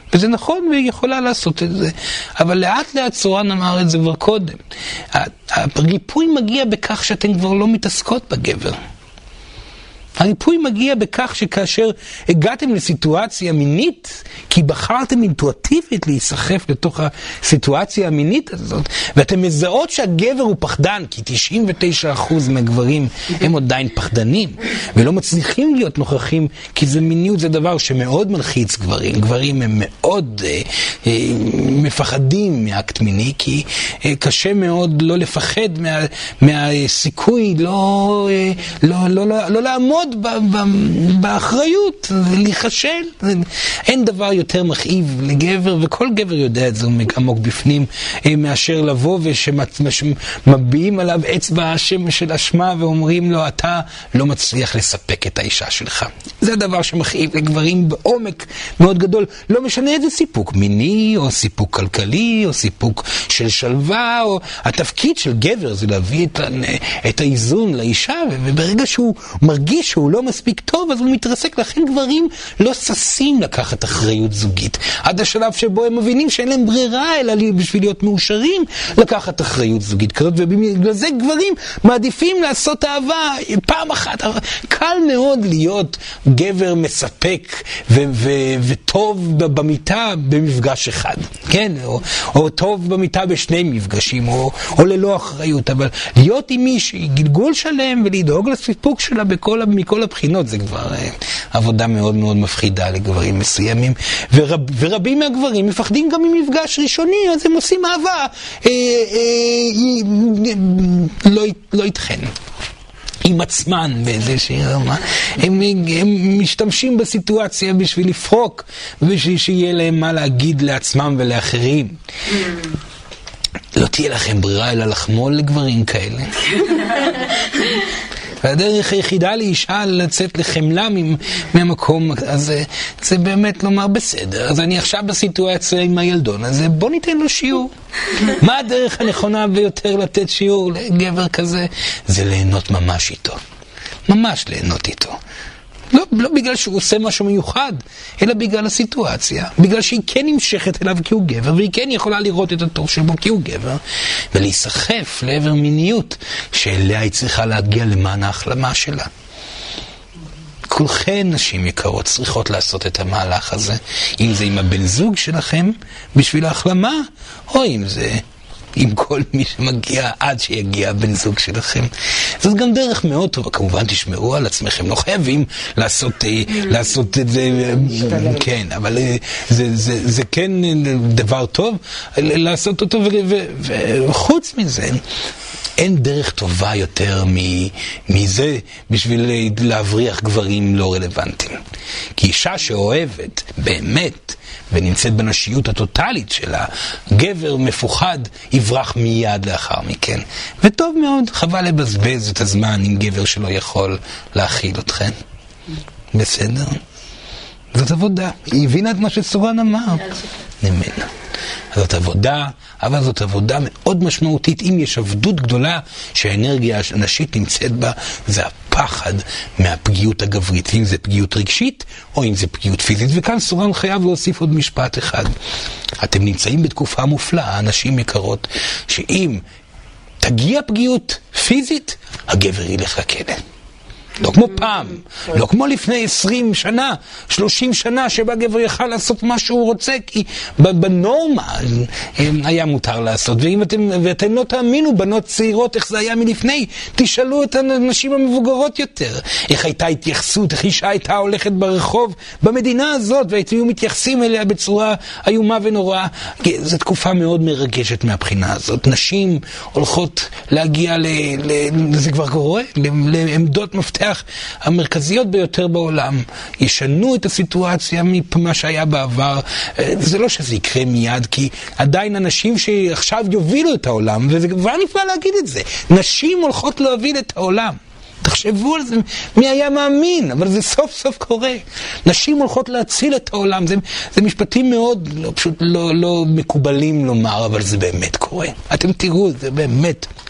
וזה נכון, והיא יכולה לעשות את זה. אבל לאט לאט סורן אמר את זה כבר קודם. הריפוי מגיע בכך שאתן כבר לא מתעסקות בגבר. הריפוי מגיע בכך שכאשר הגעתם לסיטואציה מינית, כי בחרתם אינטואיטיבית להיסחף לתוך הסיטואציה המינית הזאת, ואתם מזהות שהגבר הוא פחדן, כי 99% מהגברים הם עדיין פחדנים, ולא מצליחים להיות נוכחים, כי זה מיניות, זה דבר שמאוד מלחיץ גברים. גברים הם מאוד מפחדים מאקט מיני, כי קשה מאוד לא לפחד מהסיכוי, לא לעמוד באחריות, להיחשל. אין דבר יותר מכאיב לגבר, וכל גבר יודע את זה עמוק בפנים, מאשר לבוא ושמביעים עליו אצבע של אשמה ואומרים לו, אתה לא מצליח לספק את האישה שלך. זה הדבר שמכאיב לגברים בעומק מאוד גדול. לא משנה איזה סיפוק, מיני או סיפוק כלכלי או סיפוק של שלווה, או התפקיד של גבר זה להביא את האיזון לאישה, וברגע שהוא מרגיש שהוא לא מספיק טוב, אז הוא מתרסק. לכן גברים לא ששים לקחת אחריות זוגית. עד השלב שבו הם מבינים שאין להם ברירה, אלא בשביל להיות מאושרים, לקחת אחריות זוגית כזאת, ובגלל זה גברים מעדיפים לעשות אהבה פעם אחת. קל מאוד להיות גבר מספק וטוב במיטה במפגש אחד. כן? או טוב במיטה בשני מפגשים, או ללא אחריות. אבל להיות עם מישהי, גלגול שלם ולדאוג לסיפוק שלה מכל הבחינות, זה כבר עבודה מאוד מאוד מפחידה לגברים מסוימים, ורבים מהגברים מפחדים גם ממפגש ראשוני, אז הם עושים אהבה לא איתכן עם עצמן באיזושהי רמה. הם משתמשים בסיטואציה בשביל לפרוק, בשביל שיהיה להם מה להגיד לעצמם ולאחרים. לא תהיה לכם ברירה אלא לחמול לגברים כאלה. והדרך היחידה לאישה לצאת לחמלה מהמקום, אז זה באמת לומר בסדר. אז אני עכשיו בסיטואציה עם הילדון, אז בוא ניתן לו שיעור. מה הדרך הנכונה ביותר לתת שיעור לגבר כזה? זה ליהנות ממש איתו. ממש ליהנות איתו. לא בגלל שהוא עושה משהו מיוחד, אלא בגלל הסיטואציה. בגלל שהיא כן נמשכת אליו כי הוא גבר, והיא כן יכולה לראות את הטוב שבו כי הוא גבר, ולהיסחף לעבר מיניות שאליה היא צריכה להגיע למען ההחלמה שלה. כולכן נשים יקרות צריכות לעשות את המהלך הזה, אם זה עם הבן זוג שלכם בשביל ההחלמה, או אם זה עם כל מי שמגיע עד שיגיע בן זוג שלכם. זאת גם דרך מאוד טובה. כמובן תשמרו על עצמכם, לא חייבים לעשות את זה, כן, אבל זה כן דבר טוב לעשות אותו, וחוץ מזה אין דרך טובה יותר מזה בשביל להבריח גברים לא רלוונטיים. כי אישה שאוהבת באמת ונמצאת בנשיות הטוטלית שלה, גבר מפוחד יברח מיד לאחר מכן. וטוב מאוד, חבל לבזבז את הזמן עם גבר שלא יכול להכיל אתכן. בסדר? זאת עבודה. היא הבינה את מה שסורן אמר. נמנה. זאת עבודה, אבל זאת עבודה מאוד משמעותית. אם יש עבדות גדולה שהאנרגיה הנשית נמצאת בה, זה הפחד מהפגיעות הגברית, אם זה פגיעות רגשית או אם זה פגיעות פיזית. וכאן סורן חייב להוסיף עוד משפט אחד. אתם נמצאים בתקופה מופלאה, אנשים יקרות, שאם תגיע פגיעות פיזית, הגבר ילך לכלא. לא כמו פעם, לא כמו לפני 20 שנה, 30 שנה, שבה גבר יכל לעשות מה שהוא רוצה, כי בנורמה היה מותר לעשות. ואתם לא תאמינו, בנות צעירות, איך זה היה מלפני, תשאלו את הנשים המבוגרות יותר, איך הייתה התייחסות, איך אישה הייתה הולכת ברחוב, במדינה הזאת, והיו מתייחסים אליה בצורה איומה ונוראה. זו תקופה מאוד מרגשת מהבחינה הזאת. נשים הולכות להגיע זה כבר קורה, לעמדות מפתח המרכזיות ביותר בעולם, ישנו את הסיטואציה ממה שהיה בעבר. זה לא שזה יקרה מיד, כי עדיין אנשים שעכשיו יובילו את העולם, וזה כבר נפלא להגיד את זה, נשים הולכות להוביל את העולם. תחשבו על זה, מי היה מאמין, אבל זה סוף סוף קורה. נשים הולכות להציל את העולם. זה משפטים מאוד פשוט לא מקובלים לומר, אבל זה באמת קורה. אתם תראו, זה באמת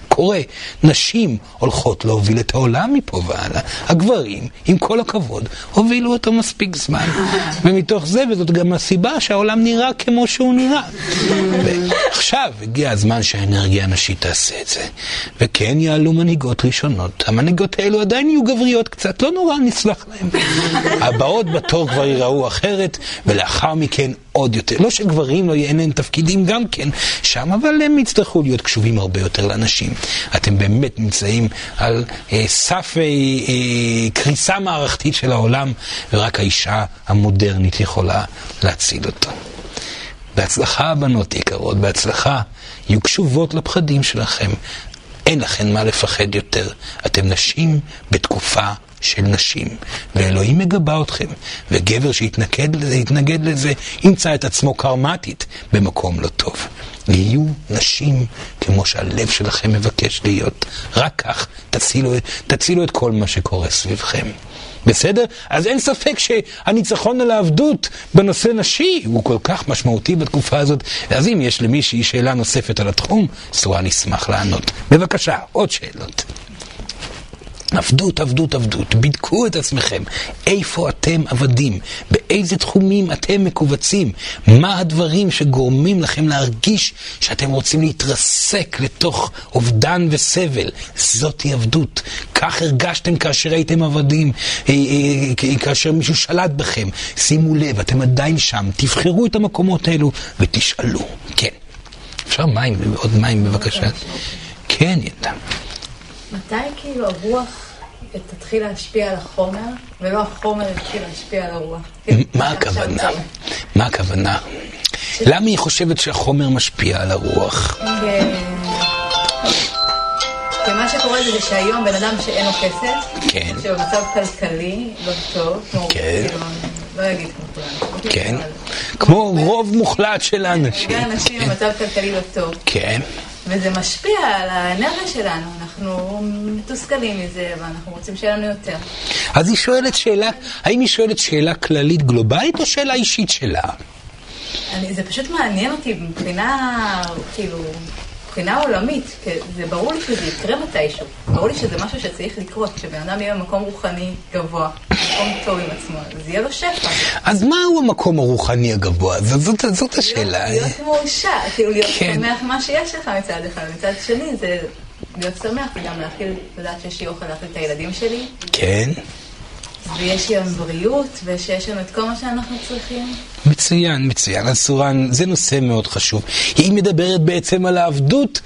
קורה. נשים הולכות להוביל את העולם מפה והלאה. הגברים, עם כל הכבוד, הובילו אותו מספיק זמן. ומתוך זה, וזאת גם הסיבה שהעולם נראה כמו שהוא נראה. ועכשיו הגיע הזמן שהאנרגיה הנשית תעשה את זה. וכן יעלו מנהיגות ראשונות. המנהיגות האלו עדיין יהיו גבריות קצת, לא נורא, נסלח להם. הבאות בתור כבר ייראו אחרת, ולאחר מכן עוד יותר. לא שגברים לא יהיו תפקידים גם כן שם, אבל הם יצטרכו להיות קשובים הרבה יותר לאנשים. אתם באמת נמצאים על סף קריסה מערכתית של העולם, ורק האישה המודרנית יכולה להציל אותו. בהצלחה, בנות יקרות, בהצלחה. יהיו קשובות לפחדים שלכם. אין לכם מה לפחד יותר. אתם נשים בתקופה של נשים, ואלוהים מגבה אתכם, וגבר שיתנגד לזה ימצא את עצמו קרמטית במקום לא טוב. יהיו נשים כמו שהלב שלכם מבקש להיות. רק כך תצילו את כל מה שקורה סביבכם. בסדר? אז אין ספק שהניצחון על העבדות בנושא נשי הוא כל כך משמעותי בתקופה הזאת. אז אם יש למישהי שאלה נוספת על התחום, סורן נשמח לענות. בבקשה, עוד שאלות. עבדות, עבדות, עבדות. בדקו את עצמכם. איפה אתם עבדים? באיזה תחומים אתם מקובצים? מה הדברים שגורמים לכם להרגיש שאתם רוצים להתרסק לתוך אובדן וסבל? זאת היא עבדות. כך הרגשתם כאשר הייתם עבדים, כאשר מישהו שלט בכם. שימו לב, אתם עדיין שם. תבחרו את המקומות האלו ותשאלו. כן. אפשר מים? עוד מים בבקשה. כן, ידע. מתי כאילו הרוח תתחיל להשפיע על החומר, ולא החומר יתחיל להשפיע על הרוח? מה הכוונה? מה הכוונה? למה היא חושבת שהחומר משפיע על הרוח? כי מה שקורה זה שהיום בן אדם שאין לו כסף, שבמצב כלכלי לא טוב, לא יגיד כמו כולנו. כן, כמו רוב מוחלט של האנשים. אנשים במצב כלכלי לא טוב. כן. וזה משפיע על האנרגיה שלנו, אנחנו מתוסכלים מזה, ואנחנו רוצים שיהיה לנו יותר. אז היא שואלת שאלה, האם היא שואלת שאלה כללית גלובלית או שאלה אישית שלה? זה פשוט מעניין אותי מבחינה, כאילו, מבחינה עולמית, כי זה ברור לי שזה יקרה מתישהו, ברור לי שזה משהו שצריך לקרות, כשבן אדם יהיה במקום רוחני גבוה, מקום טוב עם עצמו, אז יהיה לו שפע. אז מהו המקום הרוחני הגבוה? זאת השאלה. להיות מאושר, כאילו להיות שמח מה שיש לך מצד אחד, מצד שני זה להיות שמח וגם להכיל, לדעת שיש לי אוכל להכיל את הילדים שלי. כן. ויש לי בריאות, ושיש לנו את כל מה שאנחנו צריכים. מצוין, מצוין. אז סורן, זה נושא מאוד חשוב. היא מדברת בעצם על העבדות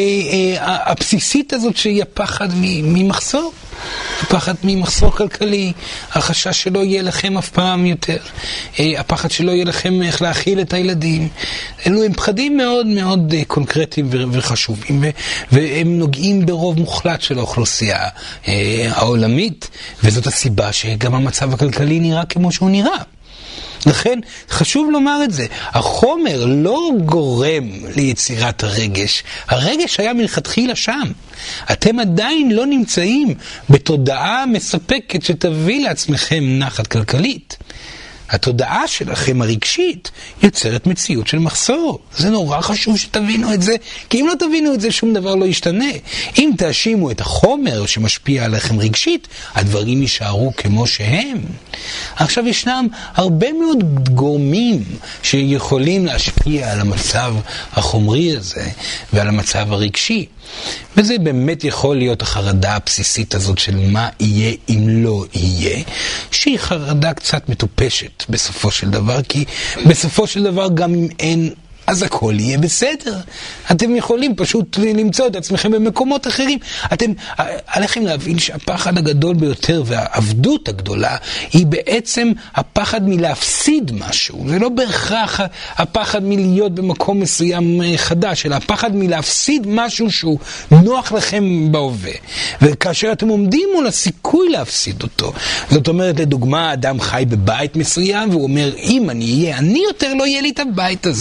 הבסיסית הזאת שהיא הפחד ממחסור. הפחד ממחסור כלכלי, החשש שלא יהיה לכם אף פעם יותר, הפחד שלא יהיה לכם איך להכיל את הילדים. אלו הם פחדים מאוד מאוד קונקרטיים וחשובים, והם נוגעים ברוב מוחלט של האוכלוסייה העולמית, וזאת הסיבה שגם המצב הכלכלי נראה כמו שהוא נראה. לכן חשוב לומר את זה, החומר לא גורם ליצירת הרגש, הרגש היה מלכתחילה שם. אתם עדיין לא נמצאים בתודעה מספקת שתביא לעצמכם נחת כלכלית. התודעה שלכם הרגשית יוצרת מציאות של מחסור. זה נורא חשוב שתבינו את זה, כי אם לא תבינו את זה שום דבר לא ישתנה. אם תאשימו את החומר שמשפיע עליכם רגשית, הדברים יישארו כמו שהם. עכשיו ישנם הרבה מאוד גורמים שיכולים להשפיע על המצב החומרי הזה ועל המצב הרגשי. וזה באמת יכול להיות החרדה הבסיסית הזאת של מה יהיה אם לא יהיה, שהיא חרדה קצת מטופשת בסופו של דבר, כי בסופו של דבר גם אם אין, אז הכל יהיה בסדר. אתם יכולים פשוט למצוא את עצמכם במקומות אחרים. אתם עליכם להבין שהפחד הגדול ביותר והעבדות הגדולה היא בעצם הפחד מלהפסיד משהו. זה לא בהכרח הפחד מלהיות במקום מסוים חדש, אלא הפחד מלהפסיד משהו שהוא נוח לכם בהווה. וכאשר אתם עומדים מול הסיכוי להפסיד אותו, זאת אומרת, לדוגמה, אדם חי בבית מסוים והוא אומר, אם אני אהיה אני יותר, לא יהיה לי את הבית הזה,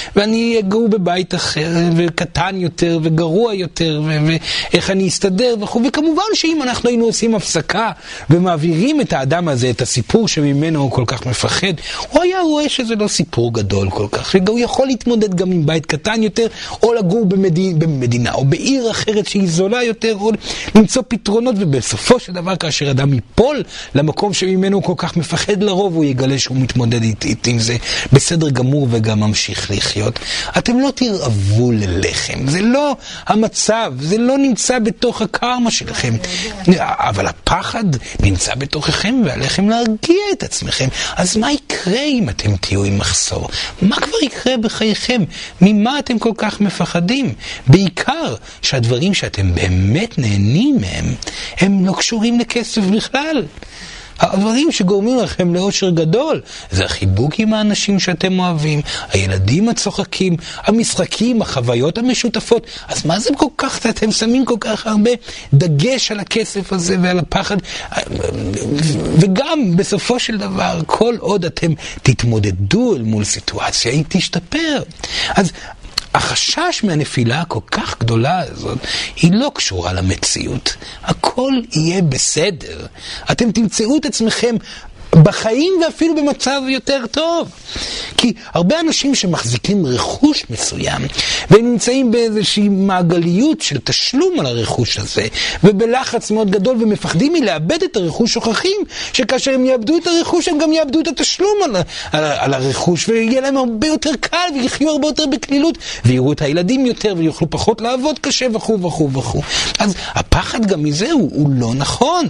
ואני אגור בבית אחר, וקטן יותר, וגרוע יותר, ואיך אני אסתדר וכו'. וכמובן שאם אנחנו היינו עושים הפסקה, ומעבירים את האדם הזה, את הסיפור שממנו הוא כל כך מפחד, הוא היה רואה שזה לא סיפור גדול כל כך, שהוא יכול להתמודד גם עם בית קטן יותר, או לגור במדינה, או בעיר אחרת שהיא זולה יותר, או למצוא פתרונות, ובסופו של דבר, כאשר אדם ייפול למקום שממנו הוא כל כך מפחד, לרוב הוא יגלה שהוא מתמודד עם זה בסדר גמור וגם ממשיך לחיות. אתם לא תרעבו ללחם, זה לא המצב, זה לא נמצא בתוך הקרמה שלכם, אבל הפחד נמצא בתוככם, ועליכם להרגיע את עצמכם. אז מה יקרה אם אתם תהיו עם מחסור? מה כבר יקרה בחייכם? ממה אתם כל כך מפחדים? בעיקר שהדברים שאתם באמת נהנים מהם, הם לא קשורים לכסף בכלל. הדברים שגורמים לכם לאושר גדול, זה החיבוק עם האנשים שאתם אוהבים, הילדים הצוחקים, המשחקים, החוויות המשותפות. אז מה זה כל כך, אתם שמים כל כך הרבה דגש על הכסף הזה ועל הפחד? וגם בסופו של דבר, כל עוד אתם תתמודדו אל מול סיטואציה, היא תשתפר. אז החשש מהנפילה הכל כך גדולה הזאת, היא לא קשורה למציאות. הכל יהיה בסדר. אתם תמצאו את עצמכם בחיים ואפילו במצב יותר טוב. כי הרבה אנשים שמחזיקים רכוש מסוים, והם נמצאים באיזושהי מעגליות של תשלום על הרכוש הזה, ובלחץ מאוד גדול, ומפחדים מלאבד את הרכוש, שוכחים שכאשר הם יאבדו את הרכוש, הם גם יאבדו את התשלום על הרכוש, ויהיה להם הרבה יותר קל, ויחיו הרבה יותר בקלילות, ויראו את הילדים יותר, ויוכלו פחות לעבוד קשה וכו' וכו' וכו'. אז הפחד גם מזה הוא לא נכון.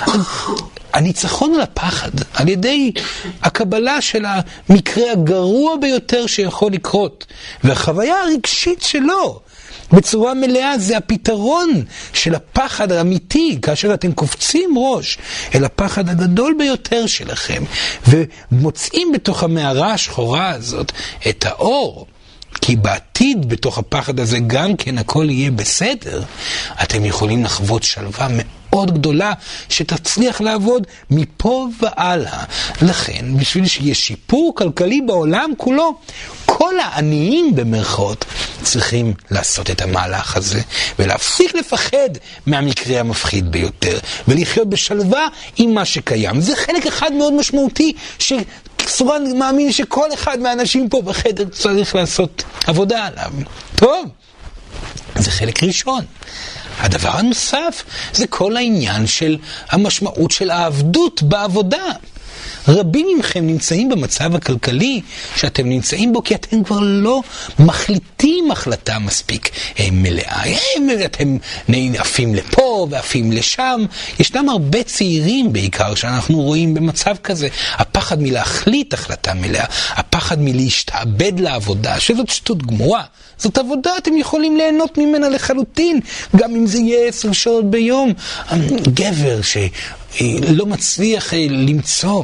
הניצחון על הפחד, על ידי הקבלה של המקרה הגרוע ביותר שיכול לקרות, והחוויה הרגשית שלו, בצורה מלאה, זה הפתרון של הפחד האמיתי, כאשר אתם קופצים ראש אל הפחד הגדול ביותר שלכם, ומוצאים בתוך המערה השחורה הזאת את האור, כי בעתיד בתוך הפחד הזה גם כן הכל יהיה בסדר, אתם יכולים לחוות שלווה מאוד גדולה שתצליח לעבוד מפה והלאה. לכן, בשביל שיהיה שיפור כלכלי בעולם כולו, כל העניים במרכאות צריכים לעשות את המהלך הזה, ולהפסיק לפחד מהמקרה המפחיד ביותר, ולחיות בשלווה עם מה שקיים. זה חלק אחד מאוד משמעותי סורן מאמין שכל אחד מהאנשים פה בחדר צריך לעשות עבודה עליו. טוב, זה חלק ראשון. הדבר הנוסף זה כל העניין של המשמעות של העבדות בעבודה. רבים מכם נמצאים במצב הכלכלי שאתם נמצאים בו כי אתם כבר לא מחליטים החלטה מספיק מלאה. אתם עפים לפה ועפים לשם. ישנם הרבה צעירים בעיקר שאנחנו רואים במצב כזה. הפחד מלהחליט החלטה מלאה, הפחד מלהשתעבד לעבודה, שזאת שטות גמורה. זאת עבודה, אתם יכולים ליהנות ממנה לחלוטין, גם אם זה יהיה 10 שעות ביום. גבר שלא מצליח למצוא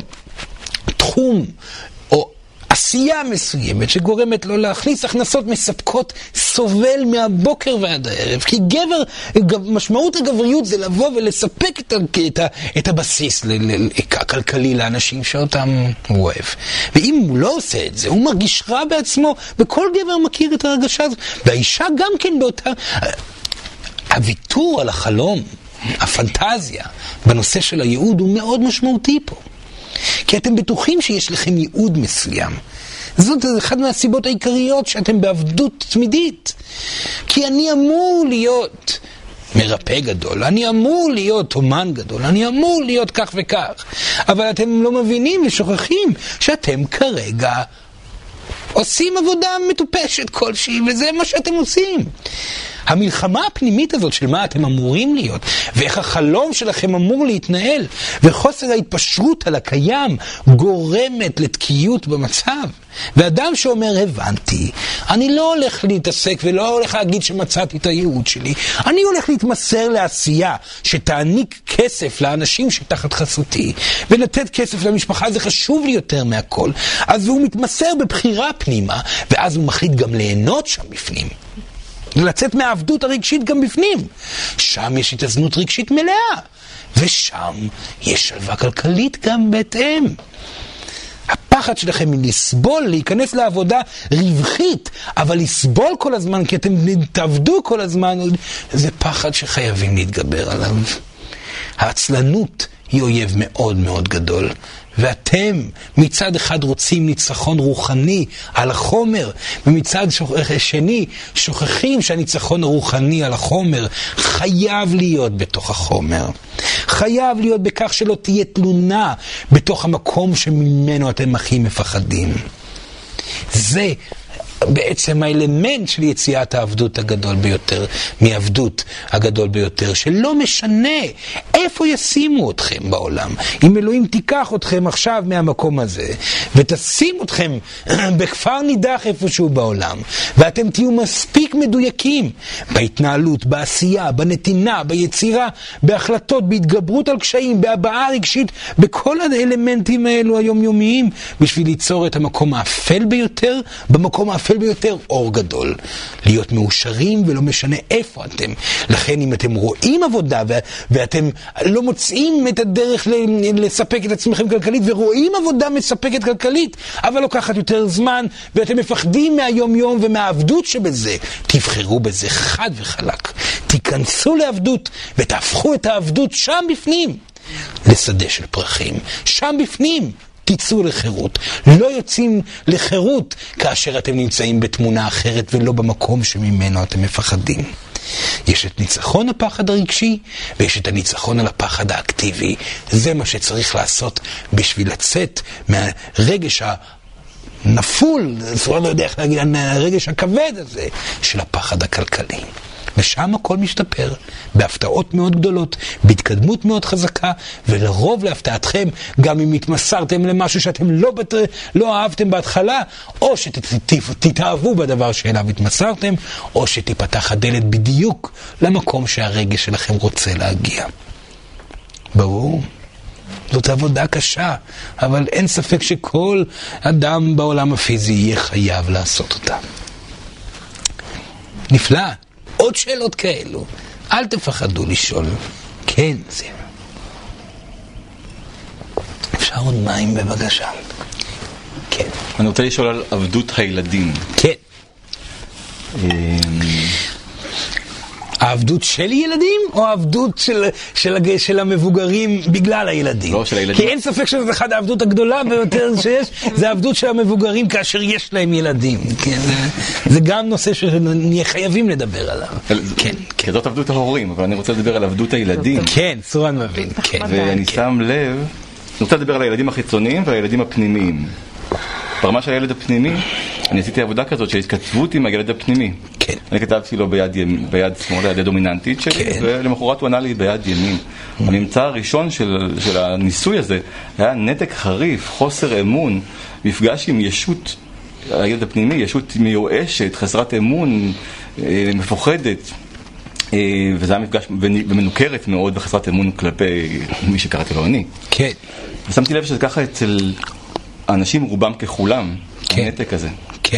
תחום או עשייה מסוימת שגורמת לו להכניס הכנסות מספקות, סובל מהבוקר ועד הערב. כי גבר, משמעות הגבריות זה לבוא ולספק את הבסיס הכלכלי לאנשים שאותם הוא אוהב. ואם הוא לא עושה את זה, הוא מרגיש רע בעצמו, וכל גבר מכיר את הרגשה הזאת. והאישה גם כן באותה... הוויתור על החלום, הפנטזיה, בנושא של הייעוד הוא מאוד משמעותי פה. כי אתם בטוחים שיש לכם ייעוד מסוים. זאת אחת מהסיבות העיקריות שאתם בעבדות תמידית. כי אני אמור להיות מרפא גדול, אני אמור להיות אומן גדול, אני אמור להיות כך וכך. אבל אתם לא מבינים ושוכחים שאתם כרגע עושים עבודה מטופשת כלשהי, וזה מה שאתם עושים. המלחמה הפנימית הזאת של מה אתם אמורים להיות, ואיך החלום שלכם אמור להתנהל, וחוסר ההתפשרות על הקיים גורמת לתקיעות במצב. ואדם שאומר, הבנתי, אני לא הולך להתעסק ולא הולך להגיד שמצאתי את הייעוד שלי, אני הולך להתמסר לעשייה שתעניק כסף לאנשים שתחת חסותי, ולתת כסף למשפחה זה חשוב לי יותר מהכל. אז הוא מתמסר בבחירה פנימה, ואז הוא מחליט גם ליהנות שם בפנים. לצאת מהעבדות הרגשית גם בפנים. שם יש התאזנות רגשית מלאה, ושם יש שלווה כלכלית גם בהתאם. הפחד שלכם מלסבול, להיכנס לעבודה רווחית, אבל לסבול כל הזמן, כי אתם תעבדו כל הזמן, זה פחד שחייבים להתגבר עליו. העצלנות היא אויב מאוד מאוד גדול. ואתם מצד אחד רוצים ניצחון רוחני על החומר, ומצד שני שוכחים שהניצחון הרוחני על החומר חייב להיות בתוך החומר. חייב להיות בכך שלא תהיה תלונה בתוך המקום שממנו אתם הכי מפחדים. זה בעצם האלמנט של יציאת העבדות הגדול ביותר, מעבדות הגדול ביותר, שלא משנה איפה ישימו אתכם בעולם. אם אלוהים תיקח אתכם עכשיו מהמקום הזה, ותשים אתכם בכפר נידח איפשהו בעולם, ואתם תהיו מספיק מדויקים בהתנהלות, בעשייה, בנתינה, ביצירה, בהחלטות, בהתגברות על קשיים, בהבעה רגשית, בכל האלמנטים האלו היומיומיים, בשביל ליצור את המקום האפל ביותר, במקום האפל ביותר אור גדול. להיות מאושרים ולא משנה איפה אתם. לכן אם אתם רואים עבודה ואתם לא מוצאים את הדרך לספק את עצמכם כלכלית, ורואים עבודה מספקת כלכלית, אבל לוקחת יותר זמן, ואתם מפחדים מהיום יום ומהעבדות שבזה, תבחרו בזה חד וחלק. תיכנסו לעבדות ותהפכו את העבדות שם בפנים לשדה של פרחים. שם בפנים תצאו לחירות. לא יוצאים לחירות כאשר אתם נמצאים בתמונה אחרת ולא במקום שממנו אתם מפחדים. יש את ניצחון הפחד הרגשי ויש את הניצחון על הפחד האקטיבי. זה מה שצריך לעשות בשביל לצאת מהרגש הנפול, לא יודע איך להגיד, הרגש הכבד הזה של הפחד הכלכלי. ושם הכל משתפר, בהפתעות מאוד גדולות, בהתקדמות מאוד חזקה, ולרוב להפתעתכם, גם אם התמסרתם למשהו שאתם לא אהבתם בהתחלה, או שתתאהבו בדבר שאליו התמסרתם, או שתיפתח הדלת בדיוק למקום שהרגש שלכם רוצה להגיע. ברור? זאת עבודה קשה, אבל אין ספק שכל אדם בעולם הפיזי יהיה חייב לעשות אותה. נפלא. עוד שאלות כאלו. אל תפחדו לשאול. כן, זה. אפשר עוד מים בבקשה? כן. אני רוצה לשאול על עבדות הילדים. כן. העבדות של ילדים או העבדות של המבוגרים בגלל הילדים? לא, של הילדים. כי אין ספק שזאת אחת העבדות הגדולה ביותר שיש, זה העבדות של המבוגרים כאשר יש להם ילדים. כן, זה גם נושא שנהיה חייבים לדבר עליו. כן, כי זאת עבדות ההורים, אבל אני רוצה לדבר על עבדות הילדים. כן, סורן מבין. כן. ואני שם לב, אני רוצה לדבר על הילדים החיצוניים והילדים הפנימיים. ברמה של הילד הפנימי, אני עשיתי עבודה כזאת של התכתבות עם הילד הפנימי. כן. אני כתבתי לו ביד שמאל, היד הדומיננטית שלי, כן. ולמחרת הוא ענה לי ביד ימין. הממצא הראשון של הניסוי הזה היה נתק חריף, חוסר אמון, מפגש עם ישות, הילד הפנימי, ישות מיואשת, חסרת אמון, מפוחדת. וזה היה מפגש ומנוכרת מאוד וחסרת אמון כלפי מי שקראתי לו אני. כן. ושמתי לב שזה ככה אצל האנשים רובם ככולם, כן. הנתק הזה. כן.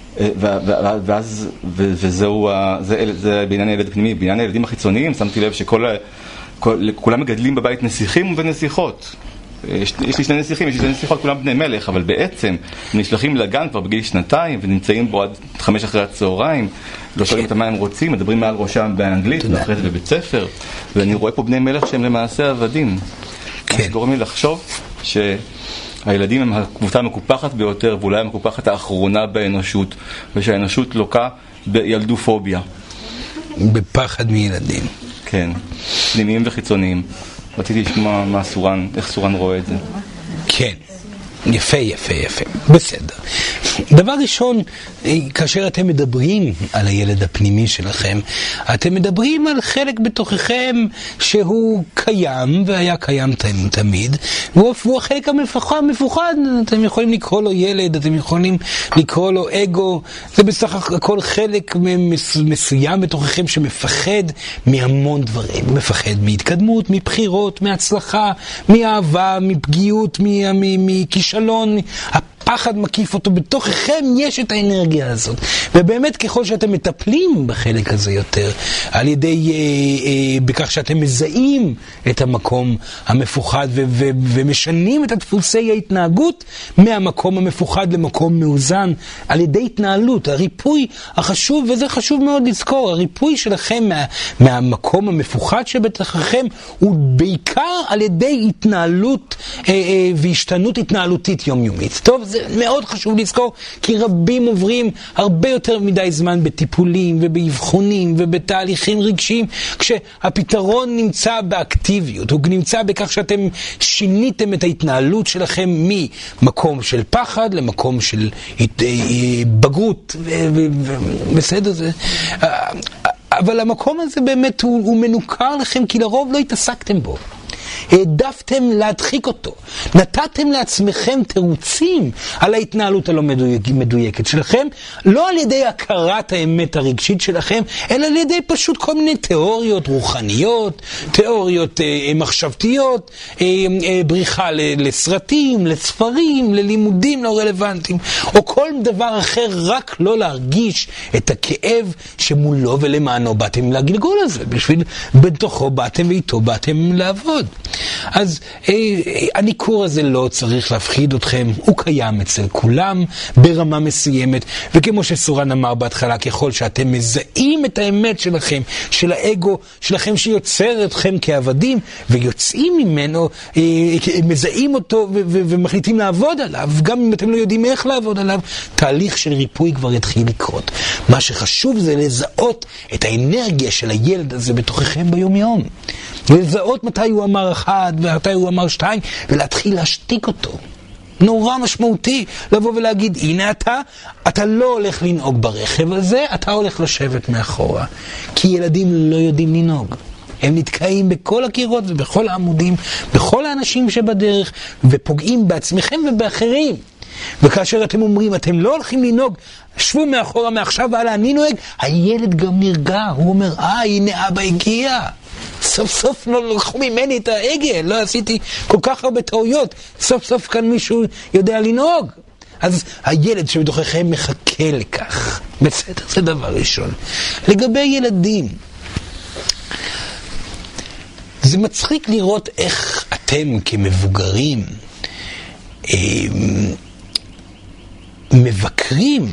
וזהו, זה בעניין הילד הפנימי. בעניין הילדים החיצוניים שמתי לב שכולם מגדלים בבית נסיכים ונסיכות. יש לי שני נסיכים, יש לי שני נסיכות, כולם בני מלך, אבל בעצם הם נשלחים לגן כבר בגיל 2 ונמצאים בו עד 5 אחרי הצהריים, לא שואלים את מה הם רוצים, מדברים מעל ראשם באנגלית ואחרי זה בבית ספר, ואני רואה פה בני מלך שהם למעשה עבדים. זה גורם לי לחשוב שהילדים הם הקבוצה המקופחת ביותר, ואולי המקופחת האחרונה באנושות, ושהאנושות לוקה בילדופוביה. בפחד מילדים. כן, פנימיים וחיצוניים. רציתי לשמוע מה סורן, איך סורן רואה את זה. כן, יפה, יפה, יפה. בסדר. דבר ראשון, כאשר אתם מדברים על הילד הפנימי שלכם, אתם מדברים על חלק בתוככם שהוא קיים, והיה קיים תמיד, והוא החלק המפוחד. אתם יכולים לקרוא לו ילד, אתם יכולים לקרוא לו אגו, זה בסך הכל חלק מסוים בתוככם שמפחד מהמון דברים. מפחד מהתקדמות, מבחירות, מהצלחה, מאהבה, מפגיעות, מכישלון. הפחד מקיף אותו, בתוככם יש את האנרגיה הזאת. ובאמת ככל שאתם מטפלים בחלק הזה יותר, על ידי, בכך שאתם מזהים את המקום המפוחד ומשנים את דפוסי ההתנהגות מהמקום המפוחד למקום מאוזן, על ידי התנהלות, הריפוי החשוב, וזה חשוב מאוד לזכור, הריפוי שלכם מהמקום המפוחד שבתוככם הוא בעיקר על ידי התנהלות והשתנות התנהלותית יומיומית. טוב, זה מאוד חשוב לזכור, כי רבים עוברים הרבה יותר מדי זמן בטיפולים ובאבחונים ובתהליכים רגשיים, כשהפתרון נמצא באקטיביות, הוא נמצא בכך שאתם שיניתם את ההתנהלות שלכם ממקום של פחד למקום של בגרות, בסדר זה. אבל המקום הזה באמת הוא מנוכר לכם, כי לרוב לא התעסקתם בו. העדפתם להדחיק אותו. נתתם לעצמכם תירוצים על ההתנהלות הלא מדויקת שלכם, לא על ידי הכרת האמת הרגשית שלכם, אלא על ידי פשוט כל מיני תיאוריות רוחניות, תיאוריות מחשבתיות, בריחה לסרטים, לספרים, ללימודים לא רלוונטיים, או כל דבר אחר, רק לא להרגיש את הכאב שמולו ולמענו באתם לגלגול הזה, בשביל בתוכו באתם ואיתו באתם לעבוד. אז הניכור הזה לא צריך להפחיד אתכם, הוא קיים אצל כולם ברמה מסוימת, וכמו שסורן אמר בהתחלה, ככל שאתם מזהים את האמת שלכם, של האגו שלכם שיוצר אתכם כעבדים, ויוצאים ממנו, מזהים אותו ומחליטים לעבוד עליו, גם אם אתם לא יודעים איך לעבוד עליו, תהליך של ריפוי כבר יתחיל לקרות. מה שחשוב זה לזהות את האנרגיה של הילד הזה בתוככם ביום יום, ולזהות מתי הוא אמר 1 ומתי הוא אמר 2, ולהתחיל להשתיק אותו. נורא משמעותי לבוא ולהגיד, הנה אתה לא הולך לנהוג ברכב הזה, אתה הולך לשבת מאחורה. כי ילדים לא יודעים לנהוג. הם נתקעים בכל הקירות ובכל העמודים, בכל האנשים שבדרך, ופוגעים בעצמכם ובאחרים. וכאשר אתם אומרים, אתם לא הולכים לנהוג, שבו מאחורה מעכשיו ועלה, אני נוהג, הילד גם נרגע, הוא אומר, הנה אבא הגיע. סוף סוף לא לקחו ממני את העגל, לא עשיתי כל כך הרבה טעויות, סוף סוף כאן מישהו יודע לנהוג. אז הילד שבתוככם מחכה לכך. בסדר, זה דבר ראשון. לגבי ילדים, זה מצחיק לראות איך אתם כמבוגרים מבקרים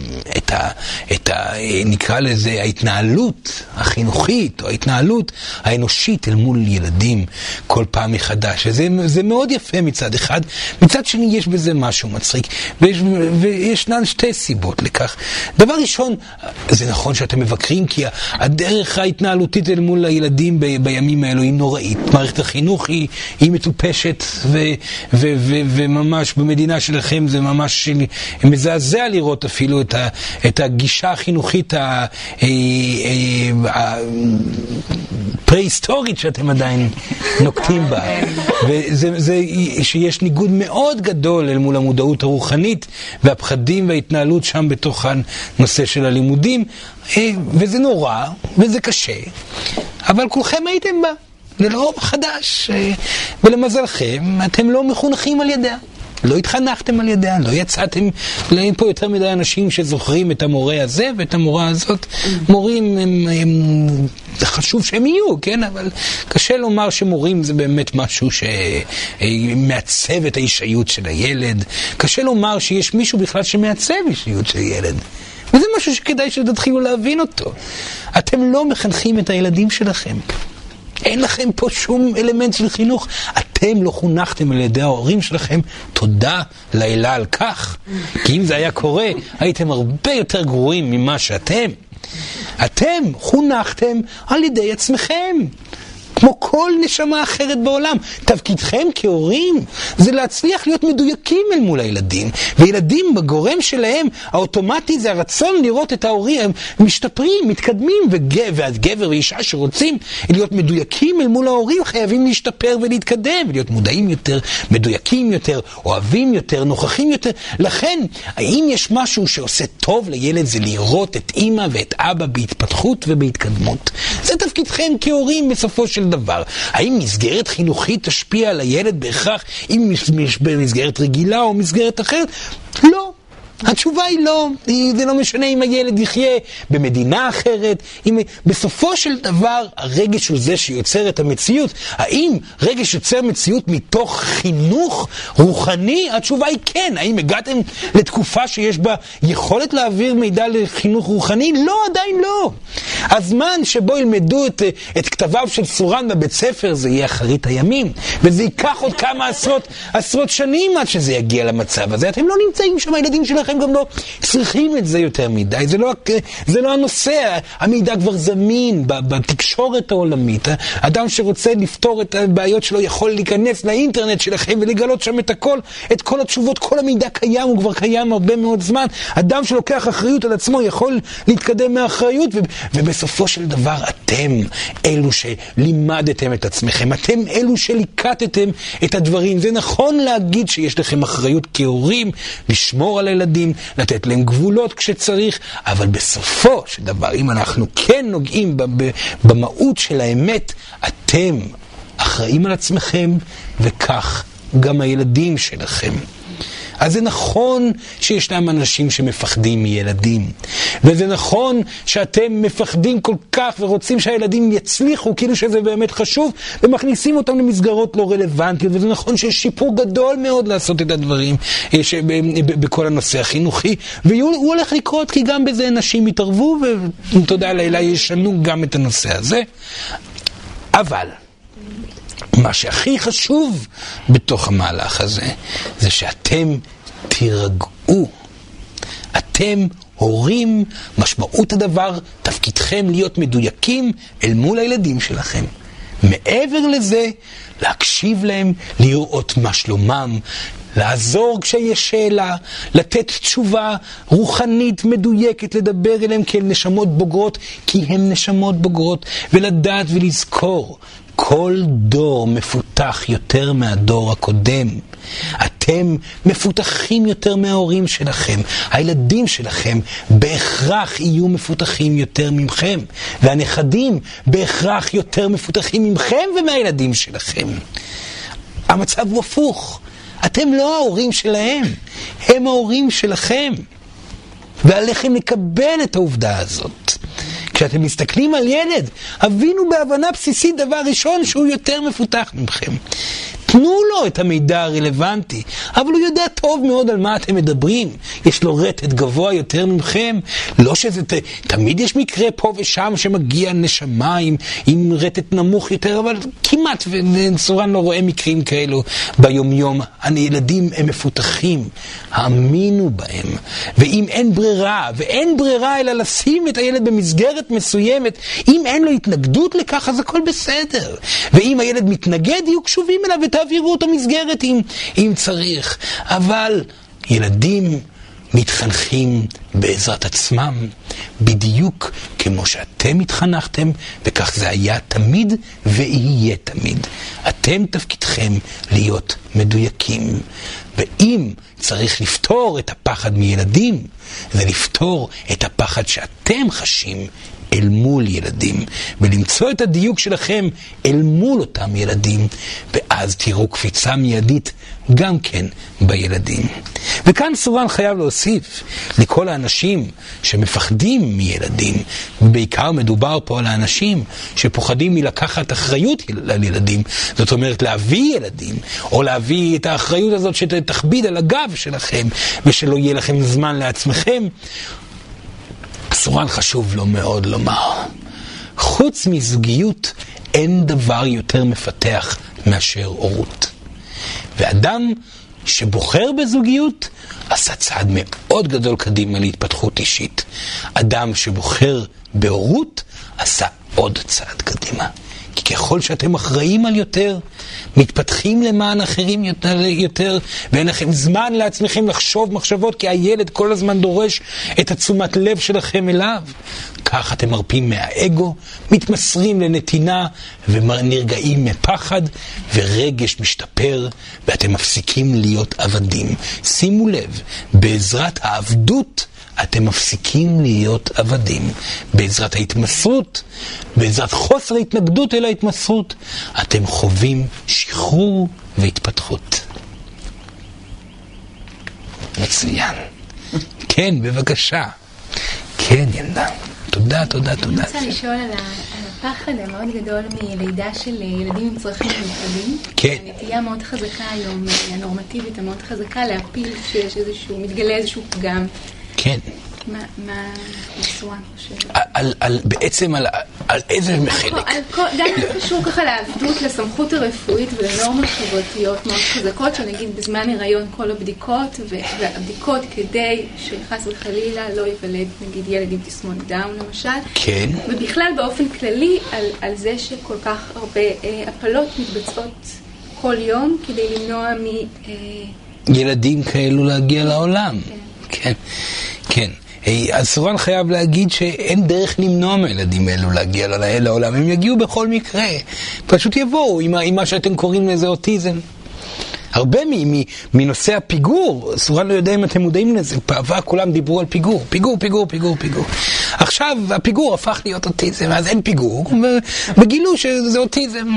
נקרא לזה ההתנהלות החינוכית או ההתנהלות האנושית אל מול ילדים כל פעם מחדש. זה מאוד יפה מצד אחד, מצד שני יש בזה משהו מצחיק, וישנן שתי סיבות לכך. דבר ראשון, זה נכון שאתם מבקרים, כי הדרך ההתנהלותית אל מול הילדים בימים האלו היא נוראית. מערכת החינוך היא מטופשת, וממש במדינה שלכם זה ממש מזעזע לראות אפילו את הגישה החינוכית הפרה-היסטורית שאתם עדיין נוקטים בה. וזה שיש ניגוד מאוד גדול אל מול המודעות הרוחנית והפחדים וההתנהלות שם בתוך הנושא של הלימודים, וזה נורא וזה קשה, אבל כולכם הייתם בה. זה לא חדש, ולמזלכם אתם לא מחונכים על ידיה, לא התחנכתם על ידיה, לא יצאתם, אין פה יותר מדי אנשים שזוכרים את המורה הזה ואת המורה הזאת. מורים זה חשוב שהם יהיו, כן? אבל קשה לומר שמורים זה באמת משהו שמעצב את האישיות של הילד. קשה לומר שיש מישהו בכלל שמעצב אישיות של ילד. וזה משהו שכדאי שתתחילו להבין אותו. אתם לא מחנכים את הילדים שלכם. אין לכם פה שום אלמנט של חינוך. אתם לא חונכתם על ידי ההורים שלכם. תודה לאלה על כך. כי אם זה היה קורה, הייתם הרבה יותר גרועים ממה שאתם. אתם חונכתם על ידי עצמכם. כמו כל נשמה אחרת בעולם. תפקידכם כהורים זה להצליח להיות מדויקים אל מול הילדים. וילדים בגורם שלהם, האוטומטי זה הרצון לראות את ההורים הם משתפרים, מתקדמים, והגבר ואישה שרוצים להיות מדויקים אל מול ההורים חייבים להשתפר ולהתקדם, ולהיות מודעים יותר, מדויקים יותר, אוהבים יותר, נוכחים יותר. לכן, האם יש משהו שעושה טוב לילד זה לראות את אמא ואת אבא בהתפתחות ובהתקדמות. זה תפקידכם כהורים בסופו של דבר. האם מסגרת חינוכית תשפיע על הילד בהכרח, אם במסגרת רגילה או מסגרת אחרת? לא. התשובה היא לא. זה לא משנה אם הילד יחיה במדינה אחרת. בסופו של דבר, הרגש הוא זה שיוצר את המציאות. האם רגש יוצר מציאות מתוך חינוך רוחני? התשובה היא כן. האם הגעתם לתקופה שיש בה יכולת להעביר מידע לחינוך רוחני? לא, עדיין לא. הזמן שבו ילמדו את כתביו של סורן בבית ספר, זה יהיה אחרית הימים. וזה ייקח עוד כמה עשרות שנים עד שזה יגיע למצב הזה. אתם לא נמצאים שם, הילדים שלכם גם לא צריכים את זה יותר מדי. זה לא הנושא. המידע כבר זמין בתקשורת העולמית. אדם שרוצה לפתור את הבעיות שלו יכול להיכנס לאינטרנט שלכם ולגלות שם את כל התשובות. כל המידע קיים, הוא כבר קיים הרבה מאוד זמן. אדם שלוקח אחריות על עצמו יכול להתקדם מהאחריות, ובסופו של דבר אתם אלו שלימדתם את עצמכם. אתם אלו שליקטתם את הדברים. זה נכון להגיד שיש לכם אחריות כהורים, לשמור על הילדים, לתת להם גבולות כשצריך, אבל בסופו של דבר, אם אנחנו כן נוגעים במהות של האמת, אתם אחראים על עצמכם, וכך גם הילדים שלכם. אז זה נכון שישנם אנשים שמפחדים מילדים, וזה נכון שאתם מפחדים כל כך ורוצים שהילדים יצליחו כאילו שזה באמת חשוב, ומכניסים אותם למסגרות לא רלוונטיות, וזה נכון שיש שיפור גדול מאוד לעשות את הדברים בכל הנושא החינוכי, והוא הולך לקרות כי גם בזה אנשים יתערבו, ותודה לאלה ישנו גם את הנושא הזה. אבל מה שהכי חשוב בתוך המהלך הזה, זה שאתם תירגעו. אתם הורים, משמעות הדבר, תפקידכם להיות מדויקים אל מול הילדים שלכם. מעבר לזה, להקשיב להם, לראות מה שלומם, לעזור כשיש שאלה, לתת תשובה רוחנית מדויקת, לדבר אליהם כאל נשמות בוגרות, כי הם נשמות בוגרות, ולדעת ולזכור. כל דור מפותח יותר מהדור הקודם. אתם מפותחים יותר מההורים שלכם. הילדים שלכם בהכרח יהיו מפותחים יותר ממכם. והנכדים בהכרח יותר מפותחים ממכם ומהילדים שלכם. המצב הוא הפוך. אתם לא ההורים שלהם, הם ההורים שלכם. ועליכם לקבל את העובדה הזאת. כשאתם מסתכלים על ילד, הבינו בהבנה בסיסית דבר ראשון שהוא יותר מפותח ממכם. תנו לו את המידע הרלוונטי, אבל הוא יודע טוב מאוד על מה אתם מדברים. יש לו רטט גבוה יותר ממכם. לא שזה, תמיד יש מקרה פה ושם שמגיע נשמה עם רטט נמוך יותר, אבל כמעט, וסורן לא רואה מקרים כאלו ביומיום. הילדים הם מפותחים, האמינו בהם. ואם אין ברירה, ואין ברירה אלא לשים את הילד במסגרת מסוימת, אם אין לו התנגדות לכך, אז הכל בסדר. ואם הילד מתנגד, יהיו קשובים אליו ותעבירו אותו מסגרת אם צריך. אבל ילדים מתחנכים בעזרת עצמם, בדיוק כמו שאתם התחנכתם, וכך זה היה תמיד ויהיה תמיד. אתם תפקידכם להיות מדויקים. ואם צריך לפתור את הפחד מילדים, זה לפתור את הפחד שאתם חשים אל מול ילדים, ולמצוא את הדיוק שלכם אל מול אותם ילדים, ואז תראו קפיצה מיידית גם כן בילדים. וכאן סורן חייב להוסיף לכל האנשים שמפחדים מילדים, בעיקר מדובר פה על האנשים שפוחדים מלקחת אחריות על ילדים, זאת אומרת להביא ילדים, או להביא את האחריות הזאת שתכביד על הגב שלכם, ושלא יהיה לכם זמן לעצמכם. סורן חשוב לו מאוד לומר, חוץ מזוגיות אין דבר יותר מפתח מאשר הורות. ואדם שבוחר בזוגיות עשה צעד מאוד גדול קדימה להתפתחות אישית. אדם שבוחר בהורות עשה עוד צעד קדימה. כי ככל שאתם אחראים על יותר, מתפתחים למען אחרים יותר, ואין לכם זמן לעצמכם לחשוב מחשבות, כי הילד כל הזמן דורש את התשומת לב שלכם אליו. כך אתם מרפים מהאגו, מתמסרים לנתינה, ונרגעים מפחד, ורגש משתפר, ואתם מפסיקים להיות עבדים. שימו לב, בעזרת העבדות, אתם מפסיקים להיות עבדים. בעזרת ההתמסרות, בעזרת חוסר ההתנגדות אל ההתמסרות, אתם חווים שחרור והתפתחות. מצוין. כן, בבקשה. כן, ילדה. תודה. אני רוצה לשאול על הפחד המאוד גדול מלידה של ילדים עם צרכים מיוחדים. כן. הנטייה מאוד חזקה היום, הנורמטיבית המאוד חזקה, להפיל שיש מתגלה איזשהו פגם. כן. מה סורן חושבת? בעצם על איזה מחלק? גם קשור ככה לעבדות, לסמכות הרפואית ולנורמות חברתיות מאוד חזקות, שנגיד בזמן הריון כל הבדיקות, והבדיקות כדי שחס וחלילה לא ייוולד נגיד ילד עם תסמונת דאון למשל. כן. ובכלל באופן כללי על זה שכל כך הרבה הפלות מתבצעות כל יום כדי למנוע ילדים כאלו להגיע לעולם. כן. אז סורן חייב להגיד שאין דרך למנוע מהילדים האלו להגיע לעולם, הם יגיעו בכל מקרה, פשוט יבואו עם מה שאתם קוראים לזה אוטיזם. הרבה מנושא הפיגור, סורן לא יודע אם אתם מודעים לזה, בעבר כולם דיברו על פיגור. עכשיו הפיגור הפך להיות אוטיזם, אז אין פיגור, וגילו שזה אוטיזם,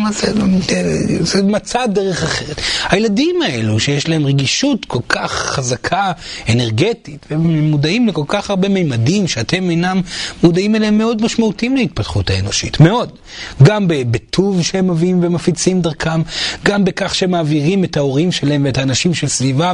זה מצא דרך אחרת. הילדים האלו שיש להם רגישות כל כך חזקה, אנרגטית, והם מודעים לכל כך הרבה מימדים שאתם אינם מודעים אליהם, מאוד משמעותיים להתפתחות האנושית, מאוד. גם בטוב שהם מביאים ומפיצים דרכם, גם בכך שהם מעבירים את ההורים שלהם ואת האנשים של סביבם,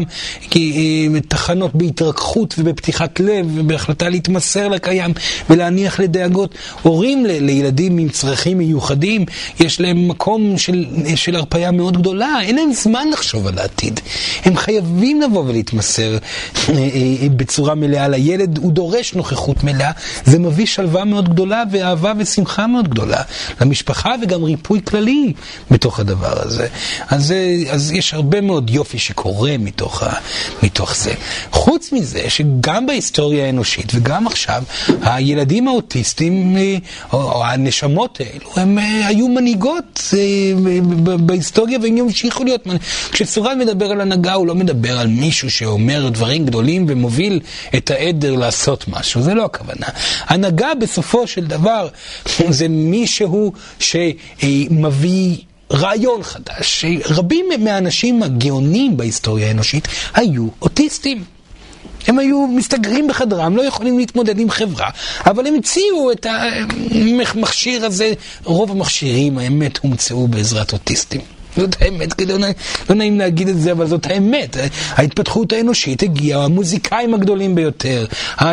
תחנות בהתרככות ובפתיחת לב ובהחלטה להתמסר לקיים ולהניח לדאגות. הורים לילדים עם צרכים מיוחדים, יש להם מקום של הרפאיה מאוד גדולה, אין להם זמן לחשוב על העתיד. הם חייבים לבוא ולהתמסר בצורה מלאה לילד, הוא דורש נוכחות מלאה, זה מביא שלווה מאוד גדולה ואהבה ושמחה מאוד גדולה למשפחה וגם ריפוי כללי בתוך הדבר הזה. אז יש הרבה מאוד יופי שקורה מתוך זה. חוץ מזה שגם בהיסטוריה האנושית וגם עכשיו הילדים האוטיסטים או הנשמות האלו הם היו מנהיגות בהיסטוריה והם ימשיכו להיות. כשסורן מדבר על הנהגה הוא לא מדבר על מישהו שאומר דברים גדולים ומוביל את העדר לעשות משהו, זה לא הכוונה. הנהגה בסופו של דבר זה מישהו שמביא רעיון חדש. רבים מהאנשים הגאונים בהיסטוריה האנושית היו אוטיסטים. הם היו מסתגרים בחדרם, לא יכולים להתמודד עם חברה, אבל הם המציאו את המכשיר הזה. רוב המכשירים, האמת, הומצאו בעזרת אוטיסטים. זאת האמת, לא נעים להגיד את זה, אבל זאת האמת. ההתפתחות האנושית הגיעה, המוזיקאים הגדולים ביותר,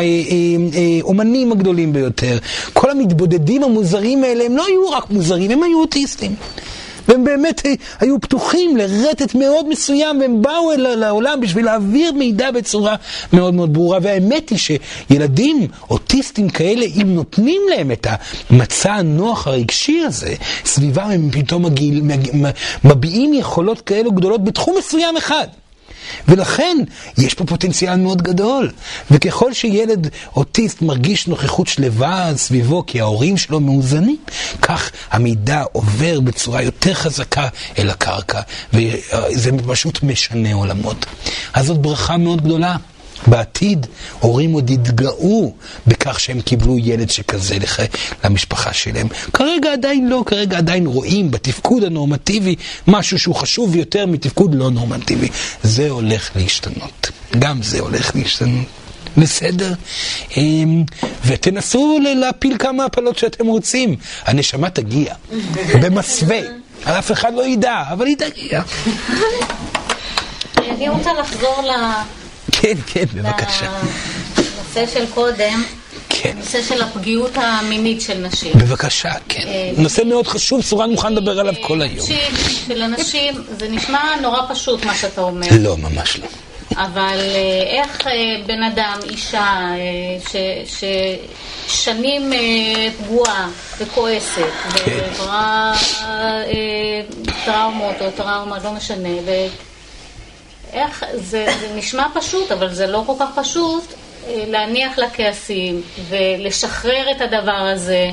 האומנים הגדולים ביותר, כל המתבודדים המוזרים האלה, הם לא היו רק מוזרים, הם היו אוטיסטים. והם באמת היו פתוחים לרטט מאוד מסוים, והם באו לעולם בשביל להעביר מידע בצורה מאוד מאוד ברורה. והאמת היא שילדים אוטיסטים כאלה, אם נותנים להם את המצע הנוח הרגשי הזה, סביבם הם פתאום מביעים יכולות כאלו גדולות בתחום מסוים אחד. ולכן יש פה פוטנציאל מאוד גדול, וככל שילד אוטיסט מרגיש נוכחות שלווה סביבו כי ההורים שלו מאוזנים, כך המידע עובר בצורה יותר חזקה אל הקרקע, וזה פשוט משנה עולמות. אז זאת ברכה מאוד גדולה. בעתיד הורים עוד יתגאו בכך שהם קיבלו ילד שכזה למשפחה שלהם. כרגע עדיין לא, כרגע עדיין רואים בתפקוד הנורמטיבי משהו שהוא חשוב יותר מתפקוד לא נורמטיבי. זה הולך להשתנות, גם זה הולך להשתנות. בסדר? ותנסו להפיל כמה הפלות שאתם רוצים, הנשמה תגיע במסווה, אף אחד לא ידע, אבל היא תגיע. אני רוצה לחזור כן, בבקשה. הנושא של קודם, כן. הנושא של הפגיעות המינית של נשים. בבקשה, כן. נושא מאוד חשוב, סורן מוכן לדבר עליו כל היום. של אנשים, זה נשמע נורא פשוט מה שאתה אומר. לא, ממש לא. אבל איך בן אדם, אישה, ששנים פגועה וכועסת, ועברה טראומות או טראומה, לא משנה, איך, זה נשמע פשוט, אבל זה לא כל כך פשוט להניח לכעסים ולשחרר את הדבר הזה,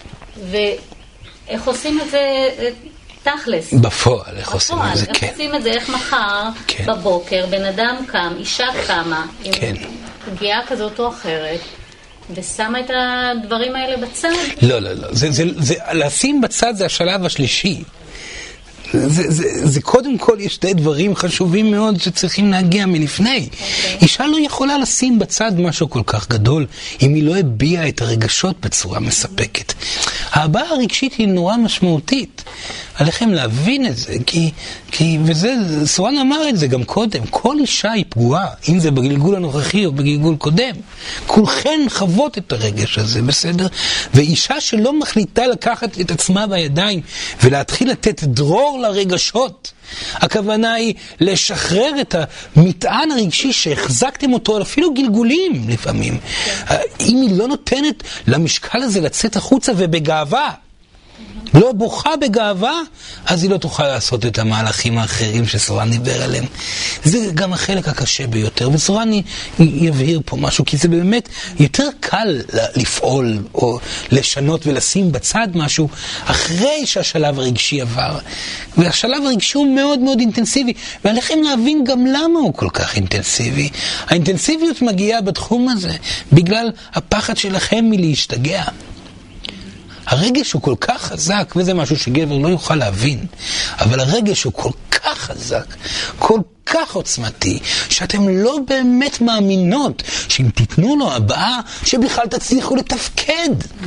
ואיך עושים את זה תכלס? בפועל, איך עושים את זה, כן. איך עושים את זה, איך מחר בבוקר בן אדם קם, אישה קמה, עם פגיעה כזאת או אחרת, ושמה את הדברים האלה בצד? לא. לשים בצד זה השלב השלישי. זה קודם כל, יש שתי דברים חשובים מאוד שצריכים להגיע מלפני. אישה לא יכולה לשים בצד משהו כל כך גדול, אם היא לא הביעה את הרגשות בצורה מספקת. ההבעה הרגשית היא נורא משמעותית. עליכם להבין את זה, וזה, סורן אמר את זה גם קודם, כל אישה היא פגועה, אם זה בגלגול הנוכחי או בגלגול קודם. כולכן חוות את הרגש הזה, בסדר? ואישה שלא מחליטה לקחת את עצמה בידיים ולהתחיל לתת דרור לרגשות, הכוונה היא לשחרר את המטען הרגשי שהחזקתם אותו, אפילו גלגולים לפעמים. אם היא לא נותנת למשקל הזה לצאת החוצה ובגאווה, לא בוכה בגאווה, אז היא לא תוכל לעשות את המהלכים האחרים שסורן דיבר עליהם. זה גם החלק הקשה ביותר, וסורן יבהיר פה משהו, כי זה באמת יותר קל לפעול או לשנות ולשים בצד משהו אחרי שהשלב הרגשי עבר. והשלב הרגשי הוא מאוד מאוד אינטנסיבי, ועליכם להבין גם למה הוא כל כך אינטנסיבי. האינטנסיביות מגיעה בתחום הזה בגלל הפחד שלכם מלהשתגע. הרגש הוא כל כך חזק, וזה משהו שגבר לא יוכל להבין, אבל הרגש הוא כל כך חזק, כל כך עוצמתי, שאתם לא באמת מאמינות שאם תיתנו לו הבאה, שבכלל תצליחו לתפקד.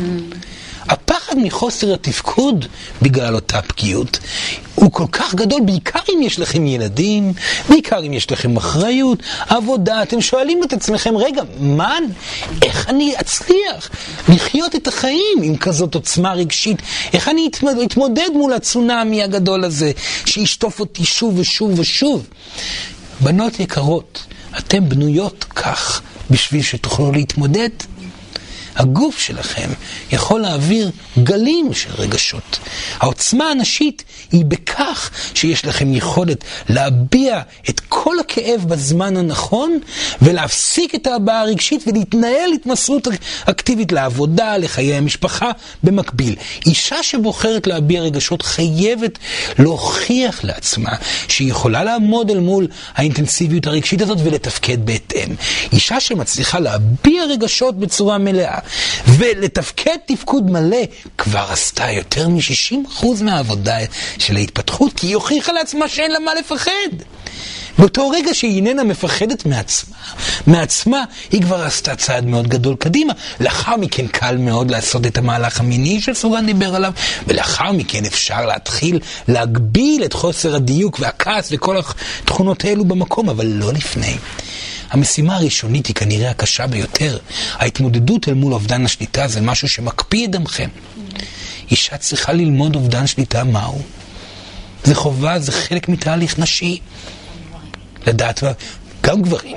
הפחד מחוסר התפקוד בגלל אותה פגיעות הוא כל כך גדול, בעיקר אם יש לכם ילדים, בעיקר אם יש לכם אחריות, עבודה. אתם שואלים את עצמכם, רגע, איך אני אצליח לחיות את החיים עם כזאת עוצמה רגשית? איך אני אתמודד מול הצונאמי הגדול הזה שישטוף אותי שוב ושוב ושוב? בנות יקרות, אתם בנויות כך בשביל שתוכלו להתמודד. הגוף שלכם יכול להעביר גלים של רגשות. העוצמה הנשית היא בכך שיש לכם יכולת להביע את כל הכאב בזמן הנכון, ולהפסיק את ההבעה הרגשית ולהתנהל התמסרות אקטיבית לעבודה, לחיי המשפחה במקביל. אישה שבוחרת להביע רגשות חייבת להוכיח לעצמה שהיא יכולה לעמוד אל מול האינטנסיביות הרגשית הזאת ולתפקד בהתאם. אישה שמצליחה להביע רגשות בצורה מלאה ולתפקד תפקוד מלא כבר עשתה יותר מ-60% מהעבודה של ההתפתחות, כי היא הוכיחה לעצמה שאין לה מה לפחד. באותו רגע שהיא איננה מפחדת מעצמה, היא כבר עשתה צעד מאוד גדול קדימה. לאחר מכן קל מאוד לעשות את המהלך המיני שסורן דיבר עליו, ולאחר מכן אפשר להתחיל להגביל את חוסר הדיוק והכעס וכל התכונות האלו במקום, אבל לא לפני. המשימה הראשונית היא כנראה הקשה ביותר. ההתמודדות אל מול אובדן השליטה זה משהו שמקפיא את דמכם. אישה צריכה ללמוד אובדן שליטה מהו. זה חובה, זה חלק מתהליך נשי. לדעת, גם גברים,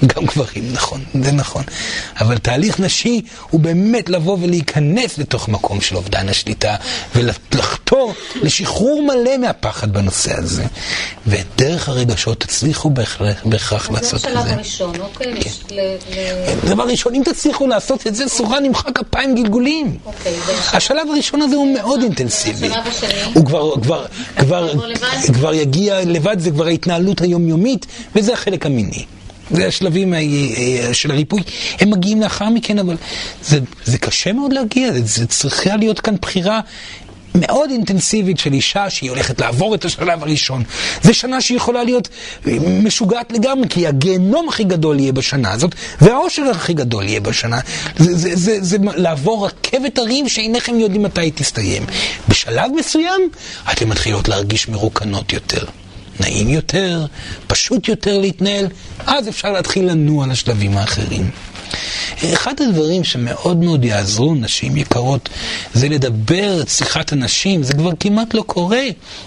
נכון, זה נכון. אבל תהליך נשי הוא באמת לבוא ולהיכנס לתוך מקום של אובדן השליטה, ולחתור לשחרור מלא מהפחד בנושא הזה. ודרך הרגשות תצליחו בהכרח לעשות את זה. זה השלב הראשון, אוקיי? דבר ראשון, אם תצליחו לעשות את זה, סורן נמחק 2,000 גלגולים. השלב הראשון הזה הוא מאוד אינטנסיבי. השלב השני? הוא כבר יגיע לבד, זה כבר ההתנהלות היומיומית, וזה החלק המיני. זה השלבים של הריפוי, הם מגיעים לאחר מכן, אבל זה קשה מאוד להגיע, זה צריכה להיות כאן בחירה מאוד אינטנסיבית של אישה שהיא הולכת לעבור את השלב הראשון. זה שנה שהיא יכולה להיות משוגעת לגמרי, כי הגיהנום הכי גדול יהיה בשנה הזאת, והאושר הכי גדול יהיה בשנה. זה לעבור רכבת הרים שאינכם יודעים מתי היא תסתיים. בשלב מסוים, אתם מתחילות להרגיש מרוקנות יותר. נעים יותר, פשוט יותר להתנהל, אז אפשר להתחיל לנוע על השלבים האחרים. אחד הדברים שמאוד מאוד יעזרו נשים יקרות, זה לדבר את שיחת הנשים, זה כבר כמעט לא קורה.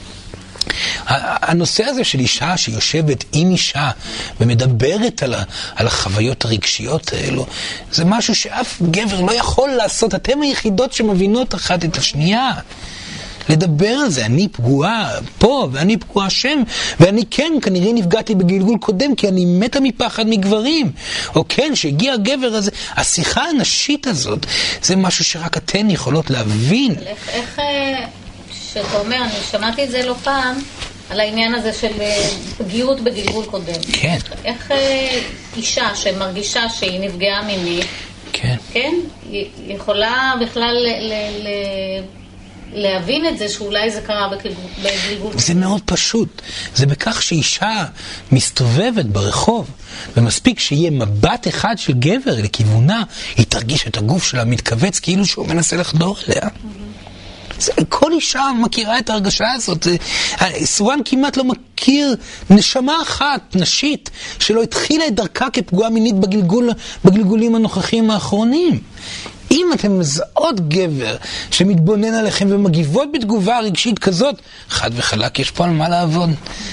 הנושא הזה של אישה שיושבת עם אישה ומדברת על החוויות הרגשיות האלו, זה משהו שאף גבר לא יכול לעשות. אתם היחידות שמבינות אחת את השנייה. לדבר על זה, אני פגועה פה ואני פגועה שם, ואני כן כנראה נפגעתי בגלגול קודם כי אני מתה מפחד מגברים, או כן שהגיע הגבר הזה. השיחה הנשית הזאת זה משהו שרק אתן יכולות להבין. איך שאתה אומר, אני שמעתי את זה לא פעם על העניין הזה של פגיעות בגלגול קודם. כן. איך אישה שמרגישה שהיא נפגעה מינית, כן, כן, היא יכולה בכלל להבין את זה שאולי זה קרה בגלגול. זה מאוד פשוט. זה בכך שאישה מסתובבת ברחוב, ומספיק שיהיה מבט אחד של גבר לכיוונה, היא תרגיש את הגוף שלה מתכווץ כאילו שהוא מנסה לחדור אליה. כל אישה מכירה את ההרגשה הזאת. סורן כמעט לא מכיר נשמה אחת, נשית, שלא התחילה את דרכה כפגועה מינית בגלגולים הנוכחיים האחרונים. אם אתם מזהות גבר שמתבונן עליכם ומגיבות בתגובה רגשית כזאת, חד וחלק יש פה על מה לעבוד.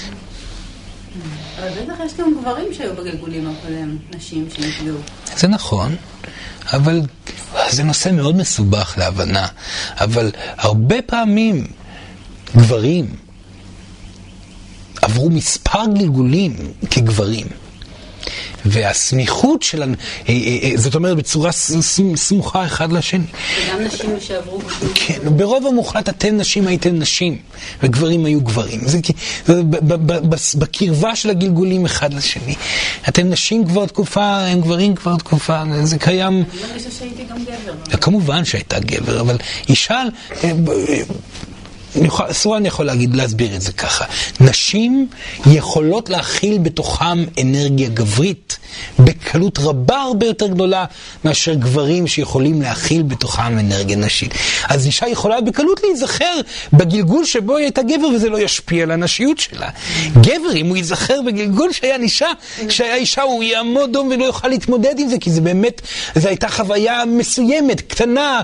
אבל בטח יש גם גברים שהיו בגלגולים הקודם, נשים שנפגעו. זה נכון, אבל זה נושא מאוד מסובך להבנה. אבל הרבה פעמים גברים עברו מספר גלגולים כגברים. והסמיכות שלנו, זאת אומרת בצורה סמוכה אחד לשני. וגם נשים שעברו גלגולים. כן, ברוב המוחלט אתם נשים הייתם נשים, וגברים היו גברים. זה בקרבה של הגלגולים אחד לשני. אתם נשים כבר תקופה, הם גברים כבר תקופה, זה קיים. אני מרגישה שהייתי גם גבר. כמובן שהייתה גבר, אבל אישה, סורן יכול להסביר את זה ככה. נשים יכולות להכיל בתוכם אנרגיה גברית בקלות רבה הרבה יותר גדולה מאשר גברים שיכולים להכיל בתוכם אנרגיה נשית. אז אישה יכולה בקלות להיזכר בגלגול שבו היא הייתה גבר וזה לא ישפיע על הנשיות שלה. גבר, אם הוא ייזכר בגלגול שהיה אישה, הוא יעמוד דום ולא יוכל להתמודד עם זה, כי זה באמת, זו הייתה חוויה מסוימת, קטנה,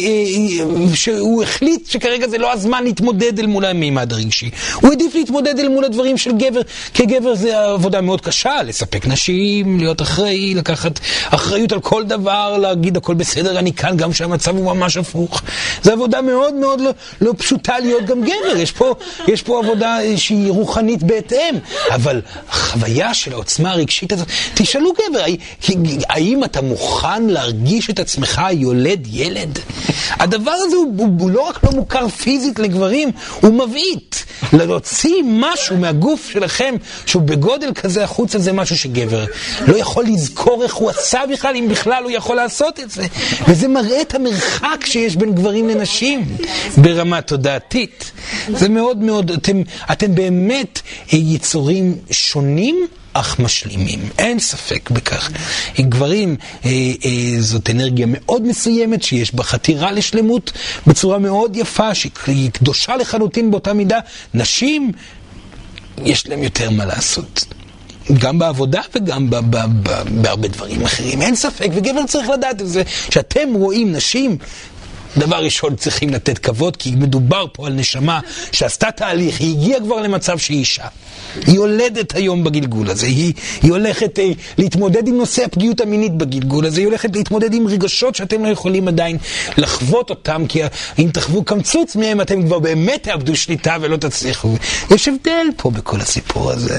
שהוא החליט שכרגע זה לא הזמן להתמודד אל מול המימד הרגשי. הוא עדיף להתמודד אל מול הדברים של גבר, כי גבר זה עבודה מאוד קשה, לספק נשים, להיות אחראי, לקחת אחריות על כל דבר, להגיד הכל בסדר, אני כאן גם שהמצב הוא ממש הפוך. זו עבודה מאוד מאוד לא פשוטה להיות גם גבר. יש פה עבודה שהיא רוחנית בהתאם, אבל החוויה של העוצמה הרגשית הזאת, תשאלו גבר, האם אתה מוכן להרגיש את עצמך יולד ילד? הדבר הזה הוא לא רק לא מוכר פיזית לגברים, הוא מבעית. להוציא משהו מהגוף שלכם שהוא בגודל כזה החוצה, זה משהו שגבר לא יכול לזכור איך הוא עשה בכלל, אם בכלל הוא יכול לעשות את זה. וזה מראה את המרחק שיש בין גברים לנשים ברמה תודעתית. זה מאוד מאוד, אתם באמת יצורים שונים אך משלימים, אין ספק בכך. גברים, זאת אנרגיה מאוד מסוימת שיש בה חתירה לשלמות בצורה מאוד יפה, שהיא קדושה לחלוטין באותה מידה. נשים, יש להם יותר מה לעשות, גם בעבודה וגם בהרבה דברים אחרים, אין ספק. וגבר צריך לדעת את זה, שאתם רואים נשים, דבר ראשון צריכים לתת כבוד, כי מדובר פה על נשמה שעשתה תהליך, היא הגיעה כבר למצב שהיא אישה. היא יולדת היום בגלגול הזה, היא הולכת להתמודד עם נושא הפגיעות המינית בגלגול הזה, היא הולכת להתמודד עם רגשות שאתם לא יכולים עדיין לחוות אותם, כי אם תחוו קמצוץ מהם אתם כבר באמת תאבדו שליטה ולא תצליחו. יש הבדל פה בכל הסיפור הזה.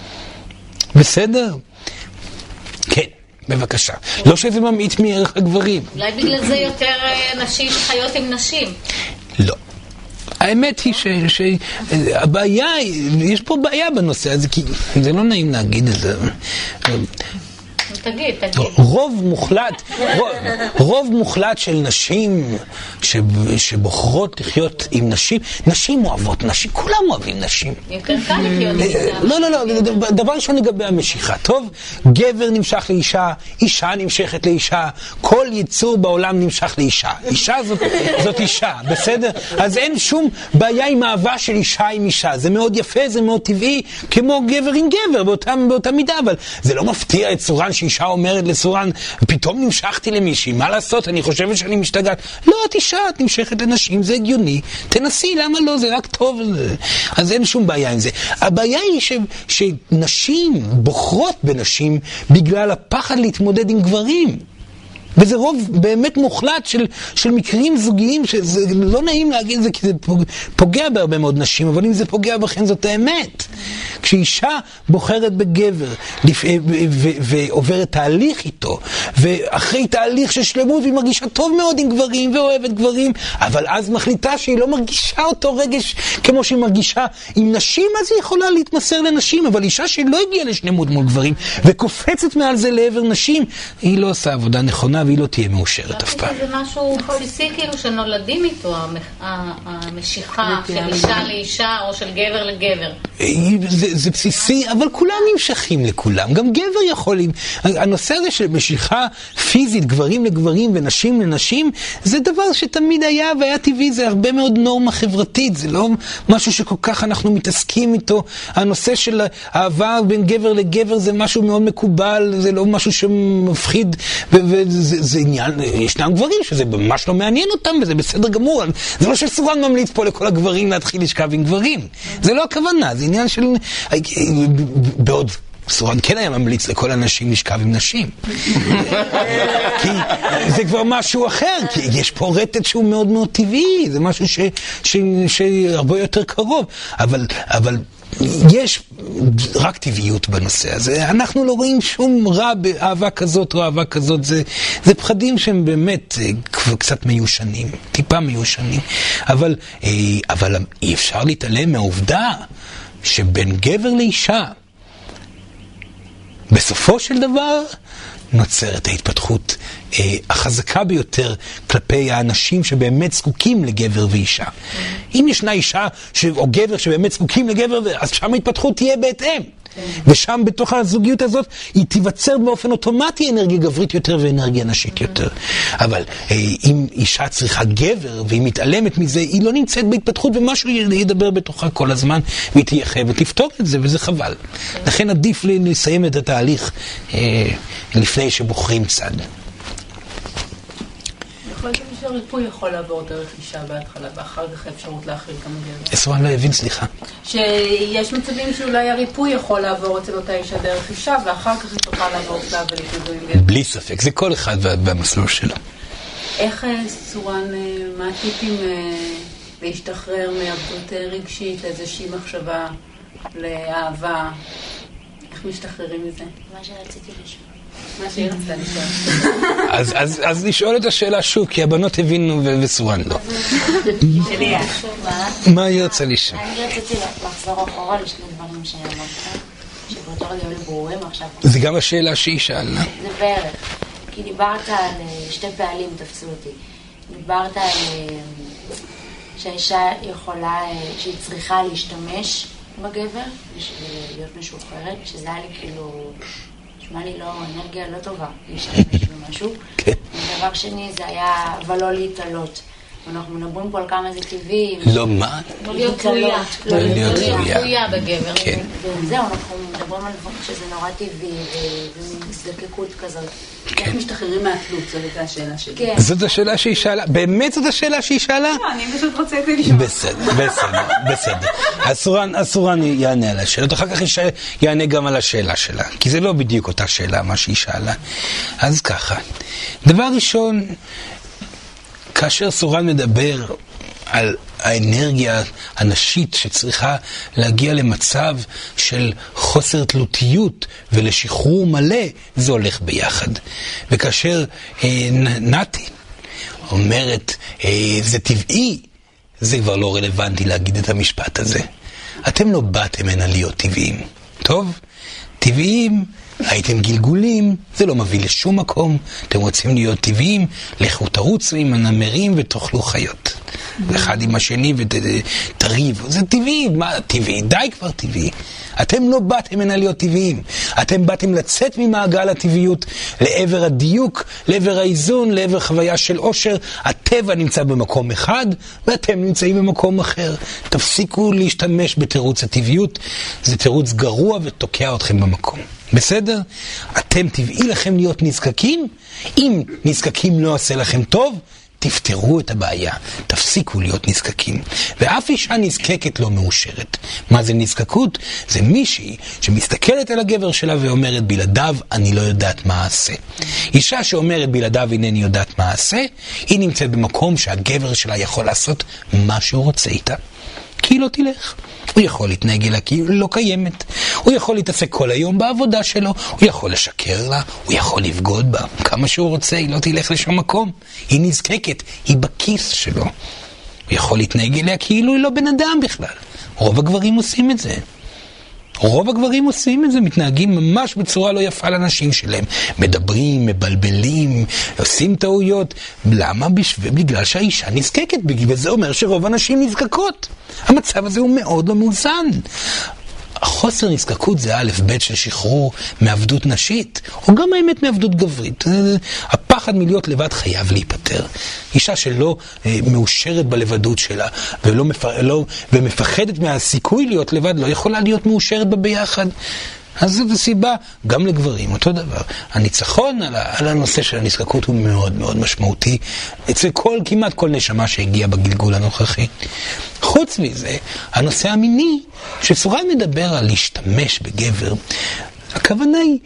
בסדר? כן. בבקשה. לא שזה ממעיט מערך הגברים. אולי בגלל זה יותר נשים חיות עם נשים. לא. האמת היא שהבעיה, יש פה בעיה בנושא הזה, כי זה לא נעים להגיד את זה. תגיד. רוב מוחלט של נשים שבוחרות לחיות עם נשים, נשים אוהבות נשים, כולם אוהבים נשים. יותר קל לחיות עם נשים. לא, דבר ראשון לגבי המשיכה. טוב, גבר נמשך לאישה, אישה נמשכת לאישה, כל יצור בעולם נמשך לאישה. אישה זאת אישה, בסדר? אז אין שום בעיה עם אהבה של אישה עם אישה. זה מאוד יפה, זה מאוד טבעי, כמו גבר עם גבר, באותה מידה, אבל זה לא מפתיע את סורן שאישה אומרת לסורן, פתאום נמשכתי למישהי, מה לעשות? אני חושבת שאני משתגעת. לא, את אישה, את נמשכת לנשים, זה הגיוני. תנסי, למה לא? זה רק טוב. אז אין שום בעיה עם זה. הבעיה היא שנשים בוחרות בנשים בגלל הפחד להתמודד עם גברים. וזה רוב באמת מוחלט של מקרים זוגיים, שזה לא נעים להגיד את זה, כי זה פוגע בהרבה מאוד נשים, אבל אם זה פוגע בכן זאת האמת. כשאישה בוחרת בגבר ועוברת תהליך איתו, ואחרי תהליך של שלמות והיא מרגישה טוב מאוד עם גברים ואוהבת גברים, אבל אז מחליטה שהיא לא מרגישה אותו רגש כמו שהיא מרגישה עם נשים, אז היא יכולה להתמסר לנשים. אבל אישה שלא הגיעה לשלמות מול גברים וקופצת מעל זה לעבר נשים, היא לא עושה עבודה נכונה, והיא לא תהיה מאושרת אף פעם. זה משהו בסיסי כאילו שנולדים איתו, המשיכה של אישה לאישה או של גבר לגבר. זה בסיסי, אבל כולם נמשכים לכולם, גם גבר יכולים. הנושא הזה של משיכה פיזית, גברים לגברים ונשים לנשים, זה דבר שתמיד היה והיה טבעי, זה הרבה מאוד נורמה חברתית, זה לא משהו שכל כך אנחנו מתעסקים איתו. הנושא של אהבה בין גבר לגבר זה משהו מאוד מקובל, זה לא משהו שמפחיד, וזה עניין, ישנם גברים שזה ממש לא מעניין אותם, וזה בסדר גמור. זה לא שסורן ממליץ פה לכל הגברים להתחיל לשכב עם גברים. זה לא הכוונה, זה עניין של... בעוד סורן כן היה ממליץ לכל אנשים לשכב עם נשים. כי זה כבר משהו אחר, כי יש פה רטט שהוא מאוד מאוד טבעי, זה משהו שהרבה יותר קרוב. אבל יש רק טבעיות בנושא הזה. אנחנו לא רואים שום רע באהבה כזאת או אהבה כזאת. זה פחדים שהם באמת קצת מיושנים, טיפה מיושנים. אבל אי אפשר להתעלם מהעובדה שבין גבר לאישה, בסופו של דבר נוצרת ההתפתחות החזקה ביותר כלפי האנשים שבאמת זקוקים לגבר ואישה. אם ישנה אישה או גבר שבאמת זקוקים לגבר, אז שם ההתפתחות תהיה בהתאם. ושם בתוך הזוגיות הזאת היא תיווצר באופן אוטומטי אנרגיה גברית יותר ואנרגיה נשית יותר. אבל אם אישה צריכה גבר והיא מתעלמת מזה, היא לא נמצאת בהתפתחות ומשהו ידבר בתוכה כל הזמן והיא תהיה חייבת לפתור את זה, וזה חבל. לכן עדיף לסיים את התהליך לפני שבוחרים צד. יכול להיות שריפוי יכול לעבור דרך אישה בהתחלה, ואחר כך האפשרות להכיל גם גבר. סורן לא הבין, סליחה. שיש מצבים שאולי הריפוי יכול לעבור אצל אותה אישה דרך אישה, ואחר כך היא תוכל לעבור צלב ולהתמודד עם גבר. בלי ספק, זה כל אחד במסלול שלו. איך סורן, מה הטיפים להשתחרר מעבדות רגשית, לאיזושהי מחשבה, לאהבה? איך משתחררים מזה? מה שרציתי לשאול. מה שהיא רצתה לשאול. אז לשאול את השאלה שוב, כי הבנות הבינו וסורן לא. שלי, מה היא רצה לשאול? אני רציתי לחזור אחורה לשני דברים שאמרת, שבאותו רגע היו ברורים עכשיו. זה גם השאלה שהיא שאלה. זה בערך, כי דיברת על שתי פעלים, תפסו אותי. דיברת על שהאישה יכולה, שהיא צריכה להשתמש בגבר, בשביל להיות משוחררת, שזה היה לי כאילו... נשמע לי לא, אנרגיה לא טובה להשתמש במשהו. כן. דבר שני זה היה, אבל לא להתעלות. אנחנו מדברים פה על כמה זה טבעי. לא מה? לא להיות תלויה. לא להיות תלויה בגבר. כן. וזהו, אנחנו מדברים על דברים שזה נורא טבעי, ומזדקקות כזאת. איך משתחררים מהתלות? זאת השאלה שלי. כן. זאת השאלה שהיא שאלה. באמת זאת השאלה שהיא שאלה? לא, אני פשוט רוצה את זה לשאול. בסדר. הסורן יענה על השאלות, אחר כך יענה גם על השאלה שלה, כי זה לא בדיוק אותה שאלה מה שהיא שאלה. אז ככה, דבר ראשון, כאשר סורן מדבר על האנרגיה הנשית שצריכה להגיע למצב של חוסר תלותיות ולשחרור מלא, זה הולך ביחד. וכאשר נתי אומרת זה טבעי, זה כבר לא רלוונטי להגיד את המשפט הזה. אתם לא באתם הנה להיות טבעיים. טוב? טבעיים, הייתם גלגולים, זה לא מביא לשום מקום. אתם רוצים להיות טבעיים, לכו תרוצו עם הנמרים ותאכלו חיות. אחד עם השני ותריבו. זה טבעי, מה טבעי? די כבר טבעי. אתם לא באתם הנה להיות טבעיים. אתם באתם לצאת ממעגל הטבעיות לעבר הדיוק, לעבר האיזון, לעבר חוויה של עושר. הטבע נמצא במקום אחד ואתם נמצאים במקום אחר. תפסיקו להשתמש בתירוץ הטבעיות. זה תירוץ גרוע ותוקע אתכם במקום. בסדר? אתם טבעי לכם להיות נזקקים. אם נזקקים לא עושה לכם טוב, תפתרו את הבעיה, תפסיקו להיות נזקקים. ואף אישה נזקקת לא מאושרת. מה זה נזקקות? זה מישהי שמסתכלת על הגבר שלה ואומרת בלעדיו אני לא יודעת מה אעשה. אישה שאומרת בלעדיו אינני יודעת מה אעשה, היא נמצאת במקום שהגבר שלה יכול לעשות מה שהוא רוצה איתה. כי היא לא תלך. הוא יכול להתנהג אליה כי היא לא קיימת. הוא יכול להתעסק כל היום בעבודה שלו, הוא יכול לשקר לה, הוא יכול לבגוד בה, כמה שהוא רוצה, היא לא תלך לשום מקום. היא נזקקת, היא בכיס שלו. הוא יכול להתנהג אליה כאילו היא לא בן אדם בכלל. רוב הגברים עושים את זה. רוב הגברים עושים את זה, מתנהגים ממש בצורה לא יפה לנשים שלהם. מדברים, מבלבלים, עושים טעויות. למה? בגלל שהאישה נזקקת, וזה אומר שרוב הנשים נזקקות. המצב הזה הוא מאוד לא מאוזן. החוסר נזקקות זה א' ב' של שחרור מעבדות נשית, או גם האמת מעבדות גברית. הפחד מלהיות לבד חייב להיפטר. אישה שלא מאושרת בלבדות שלה, ומפחדת מהסיכוי להיות לבד, לא יכולה להיות מאושרת בה ביחד. אז זאת הסיבה, גם לגברים, אותו דבר. הניצחון על הנושא של הנזקקות הוא מאוד מאוד משמעותי, אצל כמעט כל נשמה שהגיעה בגלגול הנוכחי. חוץ מזה, הנושא המיני, שסורן מדבר על להשתמש בגבר, הכוונה היא,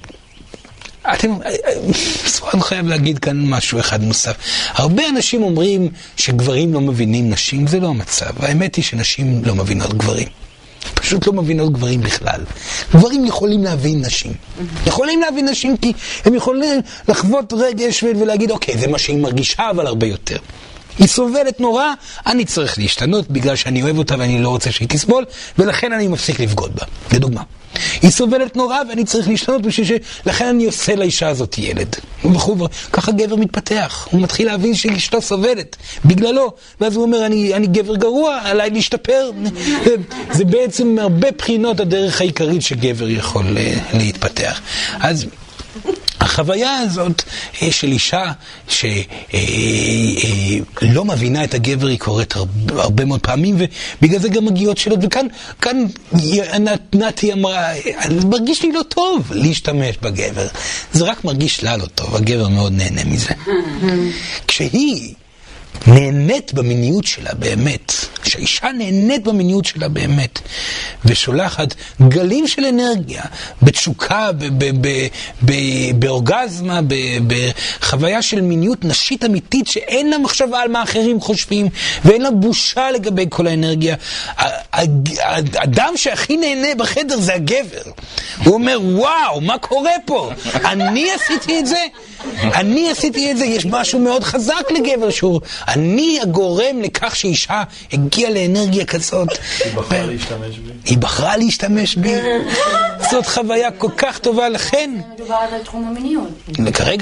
סורן חייב להגיד כאן משהו אחד נוסף. הרבה אנשים אומרים שגברים לא מבינים נשים, זה לא המצב. האמת היא שנשים לא מבינות גברים. פשוט לא מבינות גברים בכלל. גברים יכולים להבין נשים. יכולים להבין נשים כי הם יכולים לחוות רגש ולהגיד, אוקיי, זה מה שהיא מרגישה, אבל הרבה יותר. היא סובלת נורא, אני צריך להשתנות בגלל שאני אוהב אותה ואני לא רוצה שהיא תסבול, ולכן אני מפסיק לבגוד בה. לדוגמה. היא סובלת נורא ואני צריך להשתנות לכן אני עושה לאישה הזאת ילד. ככה גבר מתפתח. הוא מתחיל להבין שאשתו סובלת בגללו, ואז הוא אומר, אני גבר גרוע, עליי להשתפר. זה בעצם מהרבה בחינות הדרך העיקרית שגבר יכול להתפתח. אז החוויה הזאת של אישה שלא מבינה את הגבר היא קורית הרבה מאוד פעמים, ובגלל זה גם מגיעות שאלות. וכאן נתי אמרה, מרגיש לי לא טוב להשתמש בגבר. זה רק מרגיש לה לא טוב, הגבר מאוד נהנה מזה. כשהיא נהנית במיניות שלה באמת, שהאישה נהנית במיניות שלה באמת, ושולחת גלים של אנרגיה, בתשוקה, באורגזמה, בחוויה של מיניות נשית אמיתית, שאין לה מחשבה על מה אחרים חושבים, ואין לה בושה לגבי כל האנרגיה. האדם שהכי נהנה בחדר זה הגבר. הוא אומר, וואו, מה קורה פה? אני עשיתי את זה, יש משהו מאוד חזק לגבר שהוא, אני הגורם לכך שאישה הגיעה לאנרגיה כזאת. היא בחרה להשתמש בי. זאת חוויה כל כך טובה, לכן. מדובר על תחום המיניות. כרגע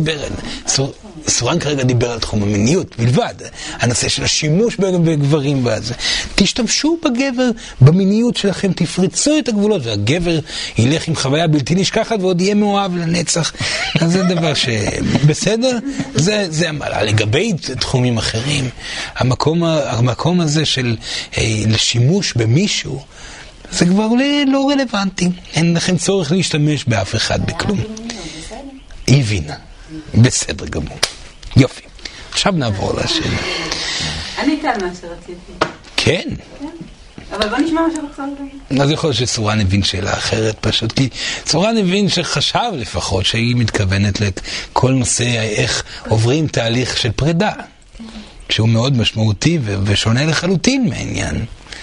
סורן כרגע דיבר על תחום המיניות בלבד. הנושא של השימוש בגברים בזה. תשתמשו בגבר, במיניות שלכם, תפרצו את הגבולות, והגבר ילך עם חוויה בלתי נשכחת ועוד יהיה מאוהב לנצח. אז זה דבר שבסדר, זה המעלה. לגבי תחומים אחרים, המקום הזה של לשימוש במישהו, זה כבר לא רלוונטי. אין לכם צורך להשתמש באף אחד בכלום. היא הבינה. בסדר גמור. יופי. עכשיו נעבור לשאלה. אני כאן מה שרציתי. כן. אבל בוא נשמע מה שרצה לדבר. אז יכול להיות שסורן הבין שאלה אחרת פשוט, כי סורן הבין שחשב לפחות שהיא מתכוונת לכל נושא איך עוברים תהליך של פרידה, שהוא מאוד משמעותי ושונה לחלוטין מהעניין.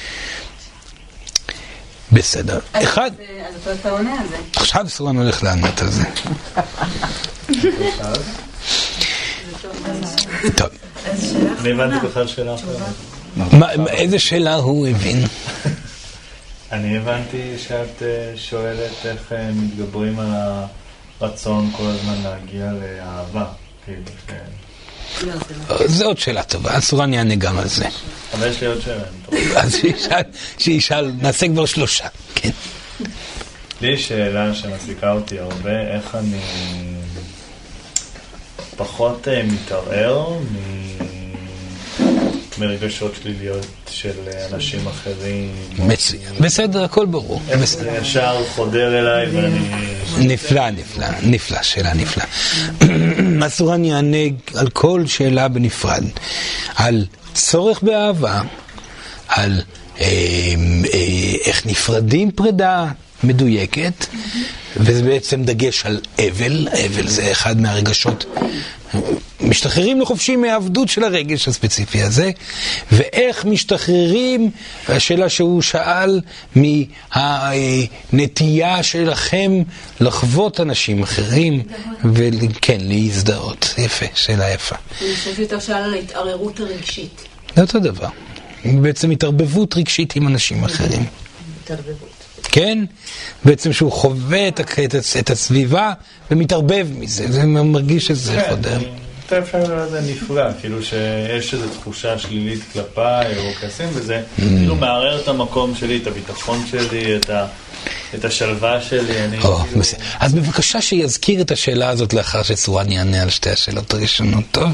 בסדר. אחד. אז אתה עונה על זה. עכשיו סורן הולך לענות על זה. טוב. אני הבנתי בכלל שאלה אחרת. איזה שאלה הוא הבין? אני הבנתי שאת שואלת איך מתגברים על הרצון כל הזמן להגיע לאהבה. זו עוד שאלה טובה, סורן יענה גם על זה. אבל יש לי עוד שאלה. אז שישאל, נעשה כבר 3. כן. לי יש שאלה שמסיקה אותי הרבה, איך אני פחות מתערער מרגשות שליליות של אנשים אחרים. בסדר, הכל ברור. איך זה ישר חודר אליי ואני... נפלא, שאלה נפלא. סורן יענה על כל שאלה בנפרד. על צורך באהבה, על איך נפרדים פרידה מדויקת, וזה בעצם דגש על אבל. אבל זה אחד מהרגשות, משתחררים לחופשי מהעבדות של הרגש הספציפי הזה, ואיך משתחררים, השאלה שהוא שאל, מהנטייה שלכם לחוות אנשים אחרים, וכן, להזדהות. יפה, שאלה יפה. אני חושב יותר שאלה על ההתערערות הרגשית. זה אותו דבר. בעצם התערבבות רגשית עם אנשים אחרים. התערבבות. כן? בעצם שהוא חווה את הסביבה ומתערבב מזה, זה מרגיש שזה חודר. אתה אפשר לראות זה נפלא, כאילו שיש איזו תחושה שלילית כלפיי או כעסים, וזה כאילו מערער את המקום שלי, את הביטחון שלי, את השלווה שלי. אז בבקשה שיזכיר את השאלה הזאת לאחר שסורן יענה על שתי השאלות הראשונות. טוב?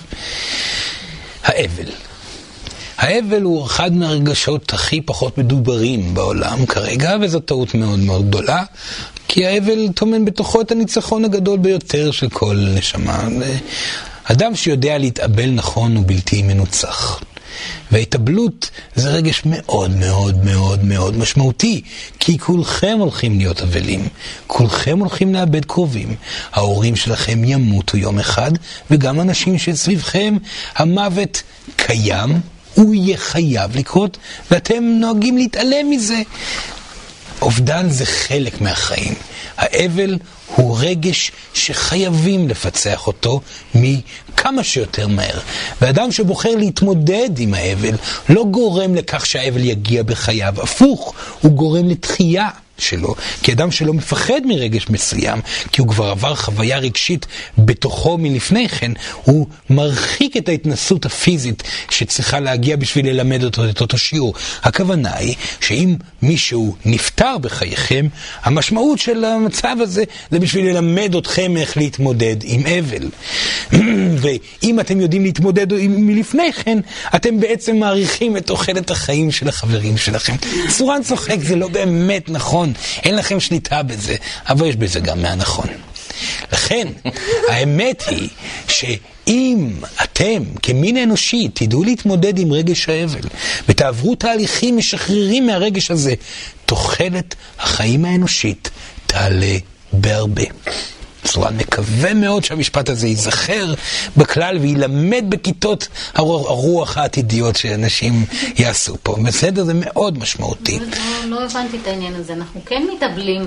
האבל. האבל הוא אחד מהרגשות הכי פחות מדוברים בעולם כרגע, וזו טעות מאוד מאוד גדולה, כי האבל טומן בתוכו את הניצחון הגדול ביותר של כל נשמה. אדם שיודע להתאבל נכון הוא בלתי מנוצח. וההתאבלות זה רגש מאוד מאוד מאוד מאוד משמעותי, כי כולכם הולכים להיות אבלים, כולכם הולכים לאבד קרובים, ההורים שלכם ימותו יום אחד, וגם אנשים שסביבכם, המוות קיים, הוא יהיה חייב לקרות, ואתם נוהגים להתעלם מזה. אובדן זה חלק מהחיים. האבל הוא רגש שחייבים לפצח אותו מכמה שיותר מהר. ואדם שבוחר להתמודד עם האבל לא גורם לכך שהאבל יגיע בחייו. הפוך, הוא גורם לתחייה שלו. כי אדם שלא מפחד מרגש מסוים, כי הוא כבר עבר חוויה רגשית בתוכו מלפני כן, הוא מרחיק את ההתנסות הפיזית שצריכה להגיע בשביל ללמד אותו את אותו שיעור. הכוונה היא שאם מישהו נפטר בחייכם, המשמעות של המצב הזה זה בשביל ללמד אתכם איך להתמודד עם אבל. ואם אתם יודעים להתמודד מלפני כן, אתם בעצם מעריכים את תוחלת החיים של החברים שלכם. סורן צוחק, זה לא באמת נכון. אין לכם שליטה בזה, אבל יש בזה גם מהנכון. לכן, האמת היא שאם אתם כמין האנושי תדעו להתמודד עם רגש האבל ותעברו תהליכים משחררים מהרגש הזה, תוחלת החיים האנושית תעלה בהרבה. סורן מקווה מאוד שהמשפט הזה ייזכר בכלל וילמד בכיתות הרוח העתידיות שאנשים יעשו פה. בסדר, זה מאוד משמעותי. לא הבנתי את העניין הזה. אנחנו כן מתאבלים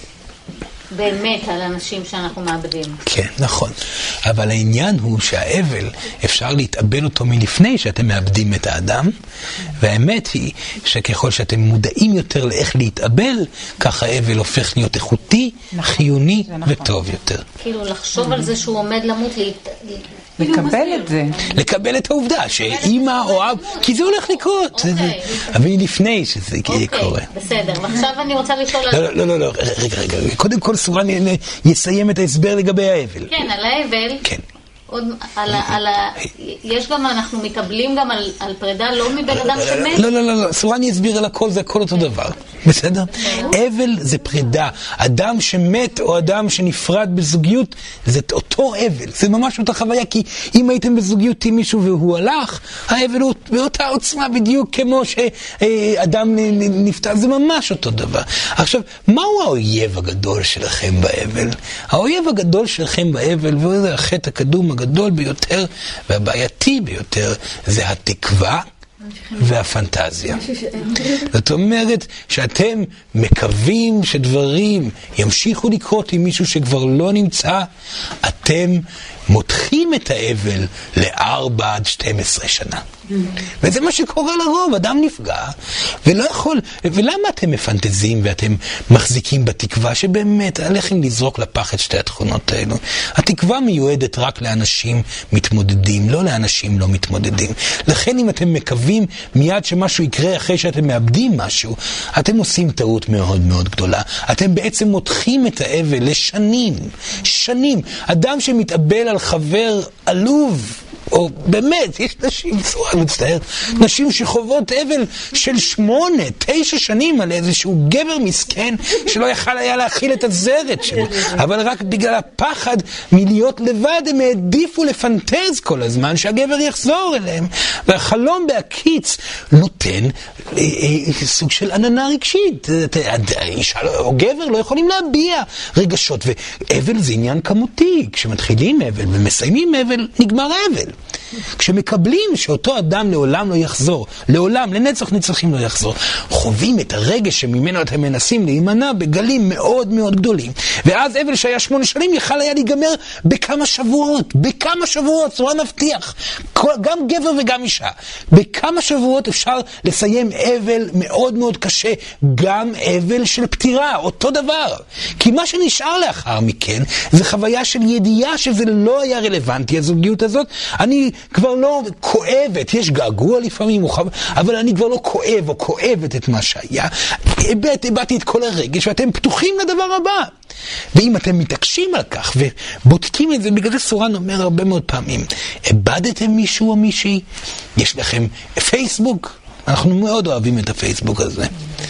באמת על אנשים שאנחנו מאבדים. כן, נכון. אבל העניין הוא שהאבל, אפשר להתאבל אותו מלפני שאתם מאבדים את האדם, והאמת היא שככל שאתם מודעים יותר לאיך להתאבל, ככה האבל הופך להיות איכותי, חיוני וטוב יותר. כאילו לחשוב על זה שהוא עומד למות, לקבל את זה. לקבל את העובדה שאמא או אב, כי זה הולך לקרות. אבל לפני שזה קורה. בסדר, ועכשיו אני רוצה לשאול על... לא, רגע. קודם כל סורן יסיים את ההסבר לגבי האבל. כן, על האבל. כן. יש גם, אנחנו מתאבלים גם על פרידה לא מבן אדם שמת? לא, סורן יסביר על הכל, זה הכל אותו דבר. בסדר? אבל זה פרידה. אדם שמת או אדם שנפרד בזוגיות, זה אותו אבל. זה ממש אותה חוויה, כי אם הייתם בזוגיות עם מישהו והוא הלך, האבל הוא באותה עוצמה בדיוק כמו שאדם נפטר. זה ממש אותו דבר. עכשיו, מהו האויב הגדול שלכם באבל? האויב הגדול שלכם באבל, וזה החטא הקדום הגדול ביותר והבעייתי ביותר, זה התקווה והפנטזיה. זאת אומרת שאתם מקווים שדברים ימשיכו לקרות עם מישהו שכבר לא נמצא, אתם מותחים את האבל ל4 עד 12 שנה. וזה מה שקורה לרוב, אדם נפגע ולא יכול, ולמה אתם מפנטזים ואתם מחזיקים בתקווה שבאמת עליכם לזרוק לפח את שתי התכונות האלו? התקווה מיועדת רק לאנשים מתמודדים, לא לאנשים לא מתמודדים. לכן אם אתם מקווים מיד שמשהו יקרה אחרי שאתם מאבדים משהו, אתם עושים טעות מאוד מאוד גדולה. אתם בעצם מותחים את האבל לשנים, שנים. אדם שמתאבל על חבר עלוב, או באמת, יש נשים, סורן מצטער, נשים שחוות אבל של 8, 9 שנים על איזשהו גבר מסכן שלא יכל היה להכיל את הזרת שלו, אבל רק בגלל הפחד מלהיות לבד הם העדיפו לפנטז כל הזמן שהגבר יחזור אליהם, והחלום בהקיץ נותן סוג של עננה רגשית. אישה או גבר לא יכולים להביע רגשות, ואבל זה עניין כמותי. כשמתחילים אבל ומסיימים אבל, נגמר אבל. כשמקבלים שאותו אדם לעולם לא יחזור, לעולם, לנצח נצחים לא יחזור, חווים את הרגש שממנו אתם מנסים להימנע בגלים מאוד מאוד גדולים. ואז אבל שהיה 8 שנים יכל היה להיגמר בכמה שבועות, צורה מבטיח. גם גבר וגם אישה. בכמה שבועות אפשר לסיים אבל מאוד מאוד קשה, גם אבל של פטירה, אותו דבר. כי מה שנשאר לאחר מכן, זה חוויה של ידיעה שזה לא היה רלוונטי, הזוגיות הזאת. אני כבר לא כואבת, יש געגוע לפעמים, אבל אני כבר לא כואב או כואבת את מה שהיה. הבאתי את כל הרגש, ואתם פתוחים לדבר הבא. ואם אתם מתעקשים על כך ובודקים את זה, בגלל זה סורן אומר הרבה מאוד פעמים, איבדתם מישהו או מישהי? יש לכם פייסבוק? אנחנו מאוד אוהבים את הפייסבוק הזה.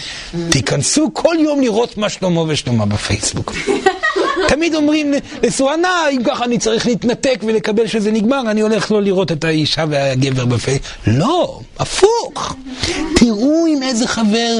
תיכנסו כל יום לראות מה שלמה ושלמה בפייסבוק. תמיד אומרים לסורנה, אם ככה אני צריך להתנתק ולקבל שזה נגמר, אני הולך לא לראות את האישה והגבר בפייסבוק. לא, הפוך. תראו עם איזה חבר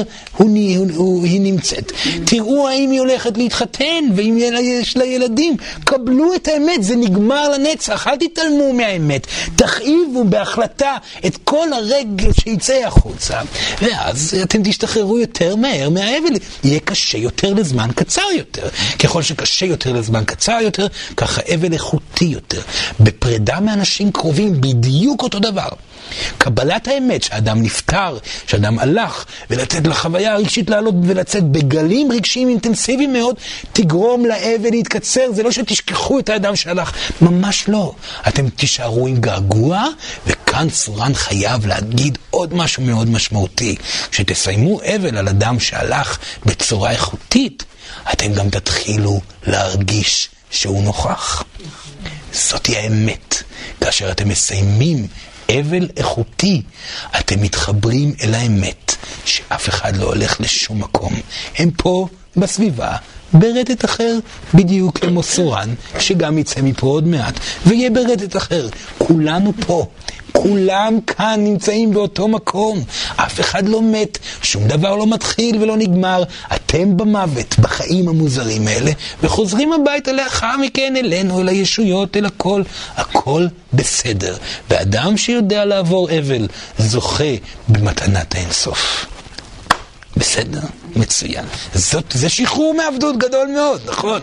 היא נמצאת. תראו האם היא הולכת להתחתן, ואם יש לה ילדים. קבלו את האמת, זה נגמר לנצח. אל תתעלמו מהאמת. תכאיבו בהחלטה את כל הרגל שיצא החוצה. ואז אתם תשתחררו יותר מהר מהאבל. יהיה קשה יותר לזמן קצר יותר. ככל שקשה יותר לזמן קצר יותר, ככה אבל איכותי יותר. בפרידה מאנשים קרובים בדיוק אותו דבר. קבלת האמת שאדם נפטר, שאדם הלך, ולצאת לחוויה הרגשית לעלות ולצאת בגלים רגשיים אינטנסיביים מאוד, תגרום לאבל להתקצר. זה לא שתשכחו את האדם שהלך, ממש לא. אתם תישארו עם געגוע, וכאן סורן חייב להגיד עוד משהו מאוד משמעותי. כשתסיימו אבל על אדם שהלך בצורה איכותית, אתם גם תתחילו להרגיש שהוא נוכח. זאת היא האמת. כאשר אתם מסיימים אבל איכותי, אתם מתחברים אל האמת שאף אחד לא הולך לשום מקום. הם פה בסביבה, ברדת אחר, בדיוק כמו סורן, שגם יצא מפה עוד מעט, ויהיה ברדת אחר. כולנו פה. כולם כאן נמצאים באותו מקום. אף אחד לא מת, שום דבר לא מתחיל ולא נגמר. אתם במוות, בחיים המוזרים האלה, וחוזרים הביתה לאחר מכן אלינו, אל הישויות, אל הכל. הכל בסדר. ואדם שיודע לעבור אבל, זוכה במתנת האינסוף. בסדר? מצוין. זה שחרור מעבדות גדול מאוד, נכון?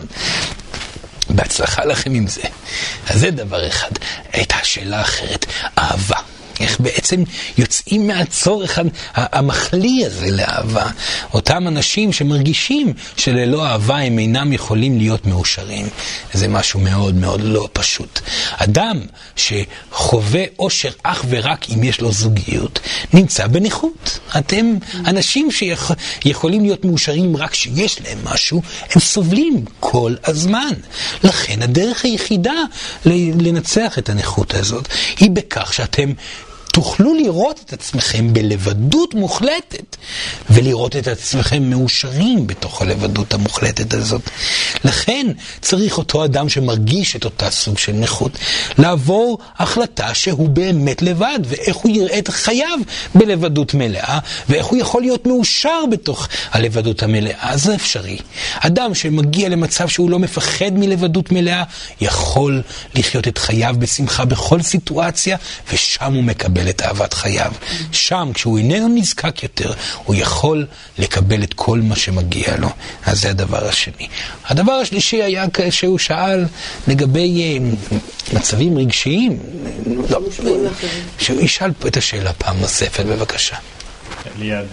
בהצלחה לכם עם זה. אז זה דבר אחד. הייתה שאלה אחרת, אהבה. איך בעצם יוצאים מהצורך המחלי הזה לאהבה. אותם אנשים שמרגישים שללא אהבה הם אינם יכולים להיות מאושרים. זה משהו מאוד מאוד לא פשוט. אדם שחווה אושר אך ורק אם יש לו זוגיות, נמצא בנכות. אתם אנשים שיכולים להיות מאושרים רק שיש להם משהו, הם סובלים כל הזמן. לכן הדרך היחידה לנצח את הנכות הזאת היא בכך שאתם תוכלו לראות את עצמכם בלבדות מוחלטת, ולראות את עצמכם מאושרים בתוך הלבדות המוחלטת הזאת. לכן צריך אותו אדם שמרגיש את אותה סוג של נכות, לעבור החלטה שהוא באמת לבד, ואיך הוא יראה את חייו בלבדות מלאה, ואיך הוא יכול להיות מאושר בתוך הלבדות המלאה. זה אפשרי. אדם שמגיע למצב שהוא לא מפחד מלבדות מלאה, יכול לחיות את חייו בשמחה בכל סיטואציה, ושם הוא מקבל את אהבת חייו. שם, כשהוא איננו נזקק יותר, הוא יכול לקבל את כל מה שמגיע לו. אז זה הדבר השני. הדבר השלישי היה שהוא שאל לגבי מצבים רגשיים. לא, שהוא ישאל פה את השאלה פעם נוספת, בבקשה. ליד.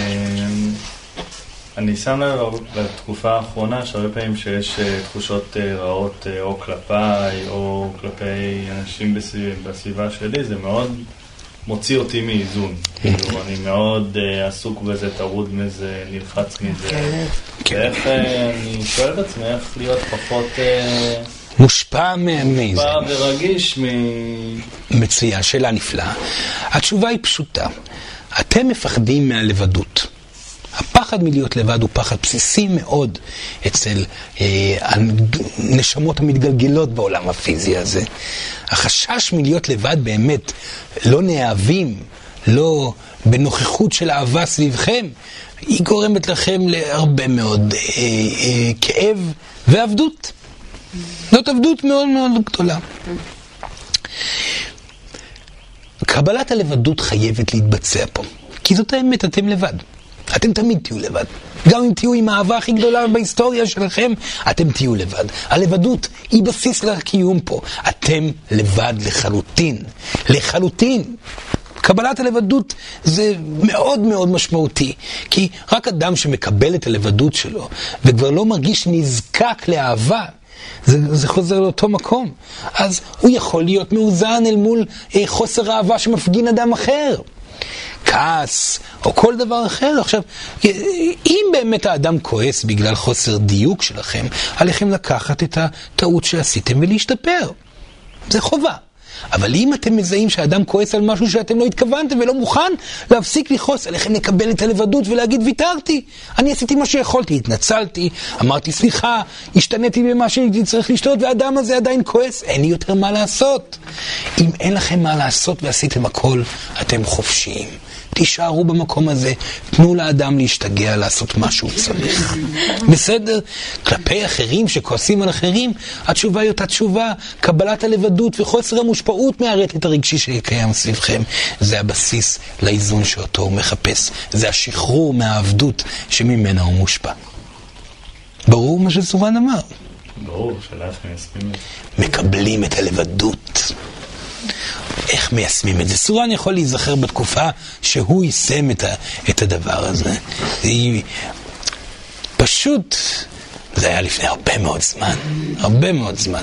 אני שם לב בתקופה האחרונה שהרבה פעמים שיש תחושות רעות או כלפיי או כלפי אנשים בסביבה שלי, זה מאוד מוציא אותי מאיזון. אני מאוד עסוק בזה, טרוד מזה, נלחץ מזה. ואיך אני שואל את עצמי איך להיות פחות מושפע מזה. מושפע ורגיש מצוין, שאלה נפלאה. התשובה היא פשוטה. אתם מפחדים מהלבדות. הפחד מלהיות לבד הוא פחד בסיסי מאוד אצל הנשמות המתגלגלות בעולם הפיזי הזה. החשש מלהיות לבד באמת, לא נאהבים, לא בנוכחות של אהבה סביבכם, היא גורמת לכם להרבה מאוד כאב ועבדות. זאת עבדות מאוד מאוד גדולה. קבלת הלבדות חייבת להתבצע פה. כי זאת האמת, אתם לבד. אתם תמיד תהיו לבד. גם אם תהיו עם האהבה הכי גדולה בהיסטוריה שלכם, אתם תהיו לבד. הלבדות היא בסיס לקיום פה. אתם לבד לחלוטין. לחלוטין. קבלת הלבדות זה מאוד מאוד משמעותי, כי רק אדם שמקבל את הלבדות שלו, וכבר לא מרגיש נזקק לאהבה, זה חוזר לאותו מקום. אז הוא יכול להיות מאוזן אל מול חוסר אהבה שמפגין אדם אחר. כעס, או כל דבר אחר. עכשיו, אם באמת האדם כועס בגלל חוסר דיוק שלכם, עליכם לקחת את הטעות שעשיתם ולהשתפר. זה חובה. אבל אם אתם מזהים שהאדם כועס על משהו שאתם לא התכוונתם ולא מוכן להפסיק לכעוס, עליכם לקבל את הלבדות ולהגיד, ויתרתי, אני עשיתי מה שיכולתי, התנצלתי, אמרתי סליחה, השתניתי במה שהייתי צריך לשתות, והאדם הזה עדיין כועס, אין לי יותר מה לעשות. אם אין לכם מה לעשות ועשיתם הכל, אתם חופשיים. תישארו במקום הזה, תנו לאדם להשתגע, לעשות מה שהוא צריך. בסדר? כלפי אחרים שכועסים על אחרים, התשובה היא אותה תשובה, קבלת הלבדות וחוסר המושפעות מהרטט הרגשי שקיים סביבכם. זה הבסיס לאיזון שאותו הוא מחפש. זה השחרור מהעבדות שממנה הוא מושפע. ברור מה שסורן אמר? ברור, שאלה איך מיישמים את זה. מקבלים את הלבדות. איך מיישמים את זה? סורן יכול להיזכר בתקופה שהוא יישם את הדבר הזה. פשוט, זה היה לפני הרבה מאוד זמן. הרבה מאוד זמן.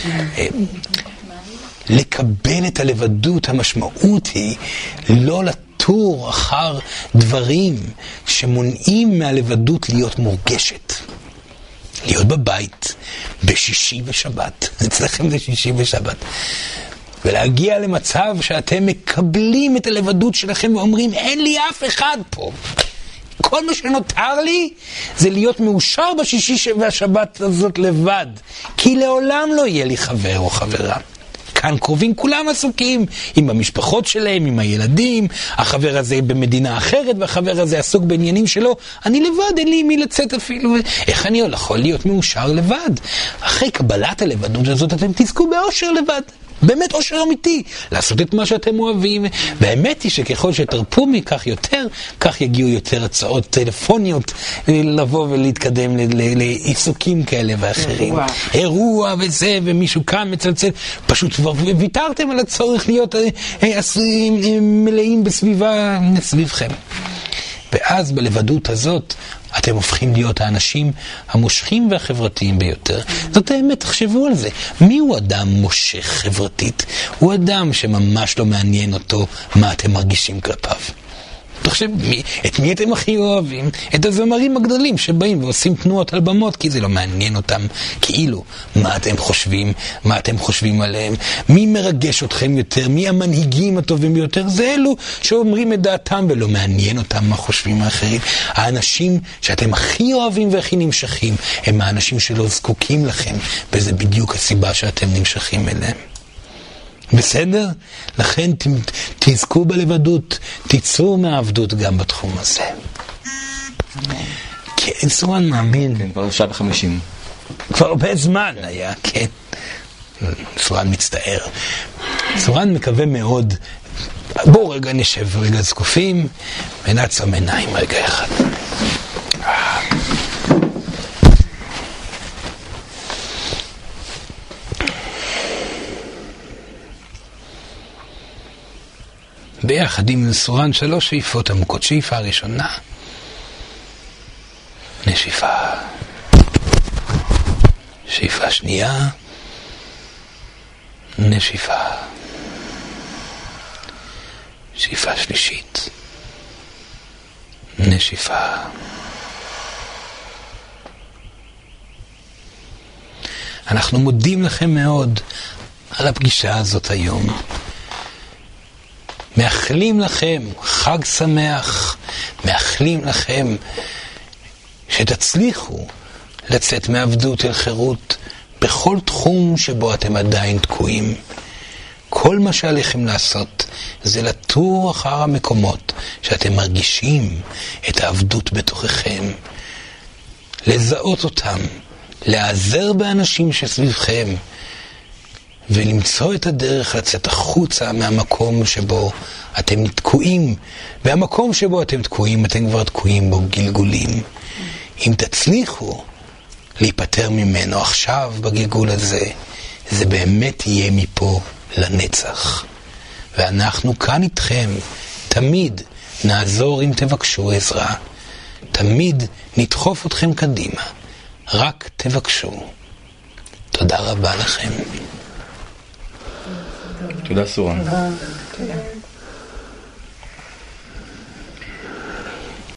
לקבל את הלבדות, המשמעות היא לא לטור אחר דברים שמונעים מהלבדות להיות מורגשת. להיות בבית, בשישי ושבת. אצלכם זה שישי ושבת. ולהגיע למצב שאתם מקבלים את הלבדות שלכם ואומרים, אין לי אף אחד פה. כל מה שנותר לי זה להיות מאושר בשישי והשבת הזאת לבד. כי לעולם לא יהיה לי חבר או חברה. כאן קרובים כולם עסוקים, עם המשפחות שלהם, עם הילדים, החבר הזה במדינה אחרת, והחבר הזה עסוק בעניינים שלו. אני לבד, אין לי מי לצאת אפילו. איך אני יכול להיות מאושר לבד? אחרי קבלת הלבדות הזאת אתם תזכו באושר לבד. באמת אושר אמיתי, לעשות את מה שאתם אוהבים. והאמת היא שככל שתרפו מכך יותר, כך יגיעו יותר הצעות טלפוניות לבוא ולהתקדם לעיסוקים כאלה ואחרים. אירוע וזה, ומישהו כאן מצלצל, פשוט כבר ויתרתם על הצורך להיות מלאים בסביבה סביבכם. ואז בלבדות הזאת אתם הופכים להיות האנשים המושכים והחברתיים ביותר. זאת האמת, תחשבו על זה. מי הוא אדם מושך חברתית? הוא אדם שממש לא מעניין אותו מה אתם מרגישים כלפיו. תחשב, את מי אתם הכי אוהבים? את הזמרים הגדולים שבאים ועושים תנועות על במות, כי זה לא מעניין אותם כאילו. מה אתם חושבים? מה אתם חושבים עליהם? מי מרגש אתכם יותר? מי המנהיגים הטובים ביותר? זה אלו שאומרים את דעתם ולא מעניין אותם מה חושבים האחרים. האנשים שאתם הכי אוהבים והכי נמשכים הם האנשים שלא זקוקים לכם, וזה בדיוק הסיבה שאתם נמשכים אליהם. בסדר? לכן תזכו בלבדות, תיצאו מהעבדות גם בתחום הזה. כן, סורן מאמין. כן, כבר 1:50. כבר הרבה זמן היה, כן. סורן מצטער. סורן מקווה מאוד. בואו רגע נשב רגע זקופים, ונעצום עיניים רגע אחד. ביחד עם סורן 3 שאיפות עמוקות. שאיפה הראשונה, נשיפה. שאיפה שנייה, נשיפה. שאיפה שלישית, נשיפה. אנחנו מודים לכם מאוד על הפגישה הזאת היום. מאחלים לכם חג שמח, מאחלים לכם שתצליחו לצאת מעבדות אל חירות בכל תחום שבו אתם עדיין תקועים. כל מה שעליכם לעשות זה לטור אחר המקומות שאתם מרגישים את העבדות בתוככם, לזהות אותם, להיעזר באנשים שסביבכם, ולמצוא את הדרך לצאת החוצה מהמקום שבו אתם תקועים. והמקום שבו אתם תקועים, אתם כבר תקועים בו גלגולים. אם תצליחו להיפטר ממנו עכשיו בגלגול הזה, זה באמת יהיה מפה לנצח. ואנחנו כאן איתכם, תמיד נעזור אם תבקשו עזרה. תמיד נדחוף אתכם קדימה. רק תבקשו. תודה רבה לכם. תודה סורן. תודה.